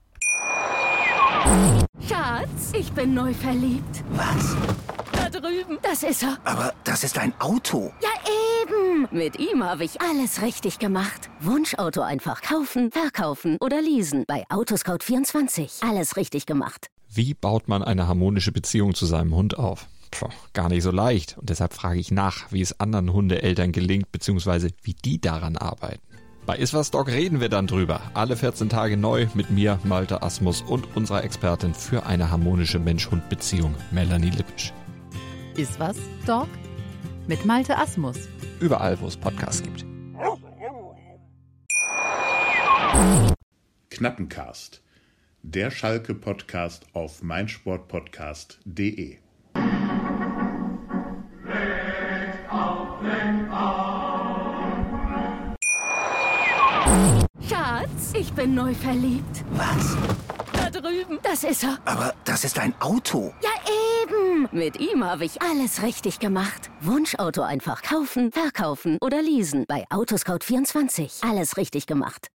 Schatz, ich bin neu verliebt. Was? Da drüben. Das ist er. Aber das ist ein Auto. Ja, eben. Mit ihm habe ich alles richtig gemacht. Wunschauto einfach kaufen, verkaufen oder leasen. Bei Autoscout24. Alles richtig gemacht. Wie baut man eine harmonische Beziehung zu seinem Hund auf? Gar nicht so leicht. Und deshalb frage ich nach, wie es anderen Hundeeltern gelingt, beziehungsweise wie die daran arbeiten. Bei Iswas Dog reden wir dann drüber. Alle 14 Tage neu mit mir, Malte Asmus und unserer Expertin für eine harmonische Mensch-Hund-Beziehung, Melanie Lippisch. Iswas Dog mit Malte Asmus. Überall, wo es Podcasts gibt. Knappencast, der Schalke-Podcast auf meinsportpodcast.de. Schatz, ich bin neu verliebt. Was? Da drüben. Das ist er. Aber das ist ein Auto. Ja, eben. Mit ihm habe ich alles richtig gemacht. Wunschauto einfach kaufen, verkaufen oder leasen. Bei Autoscout24. Alles richtig gemacht.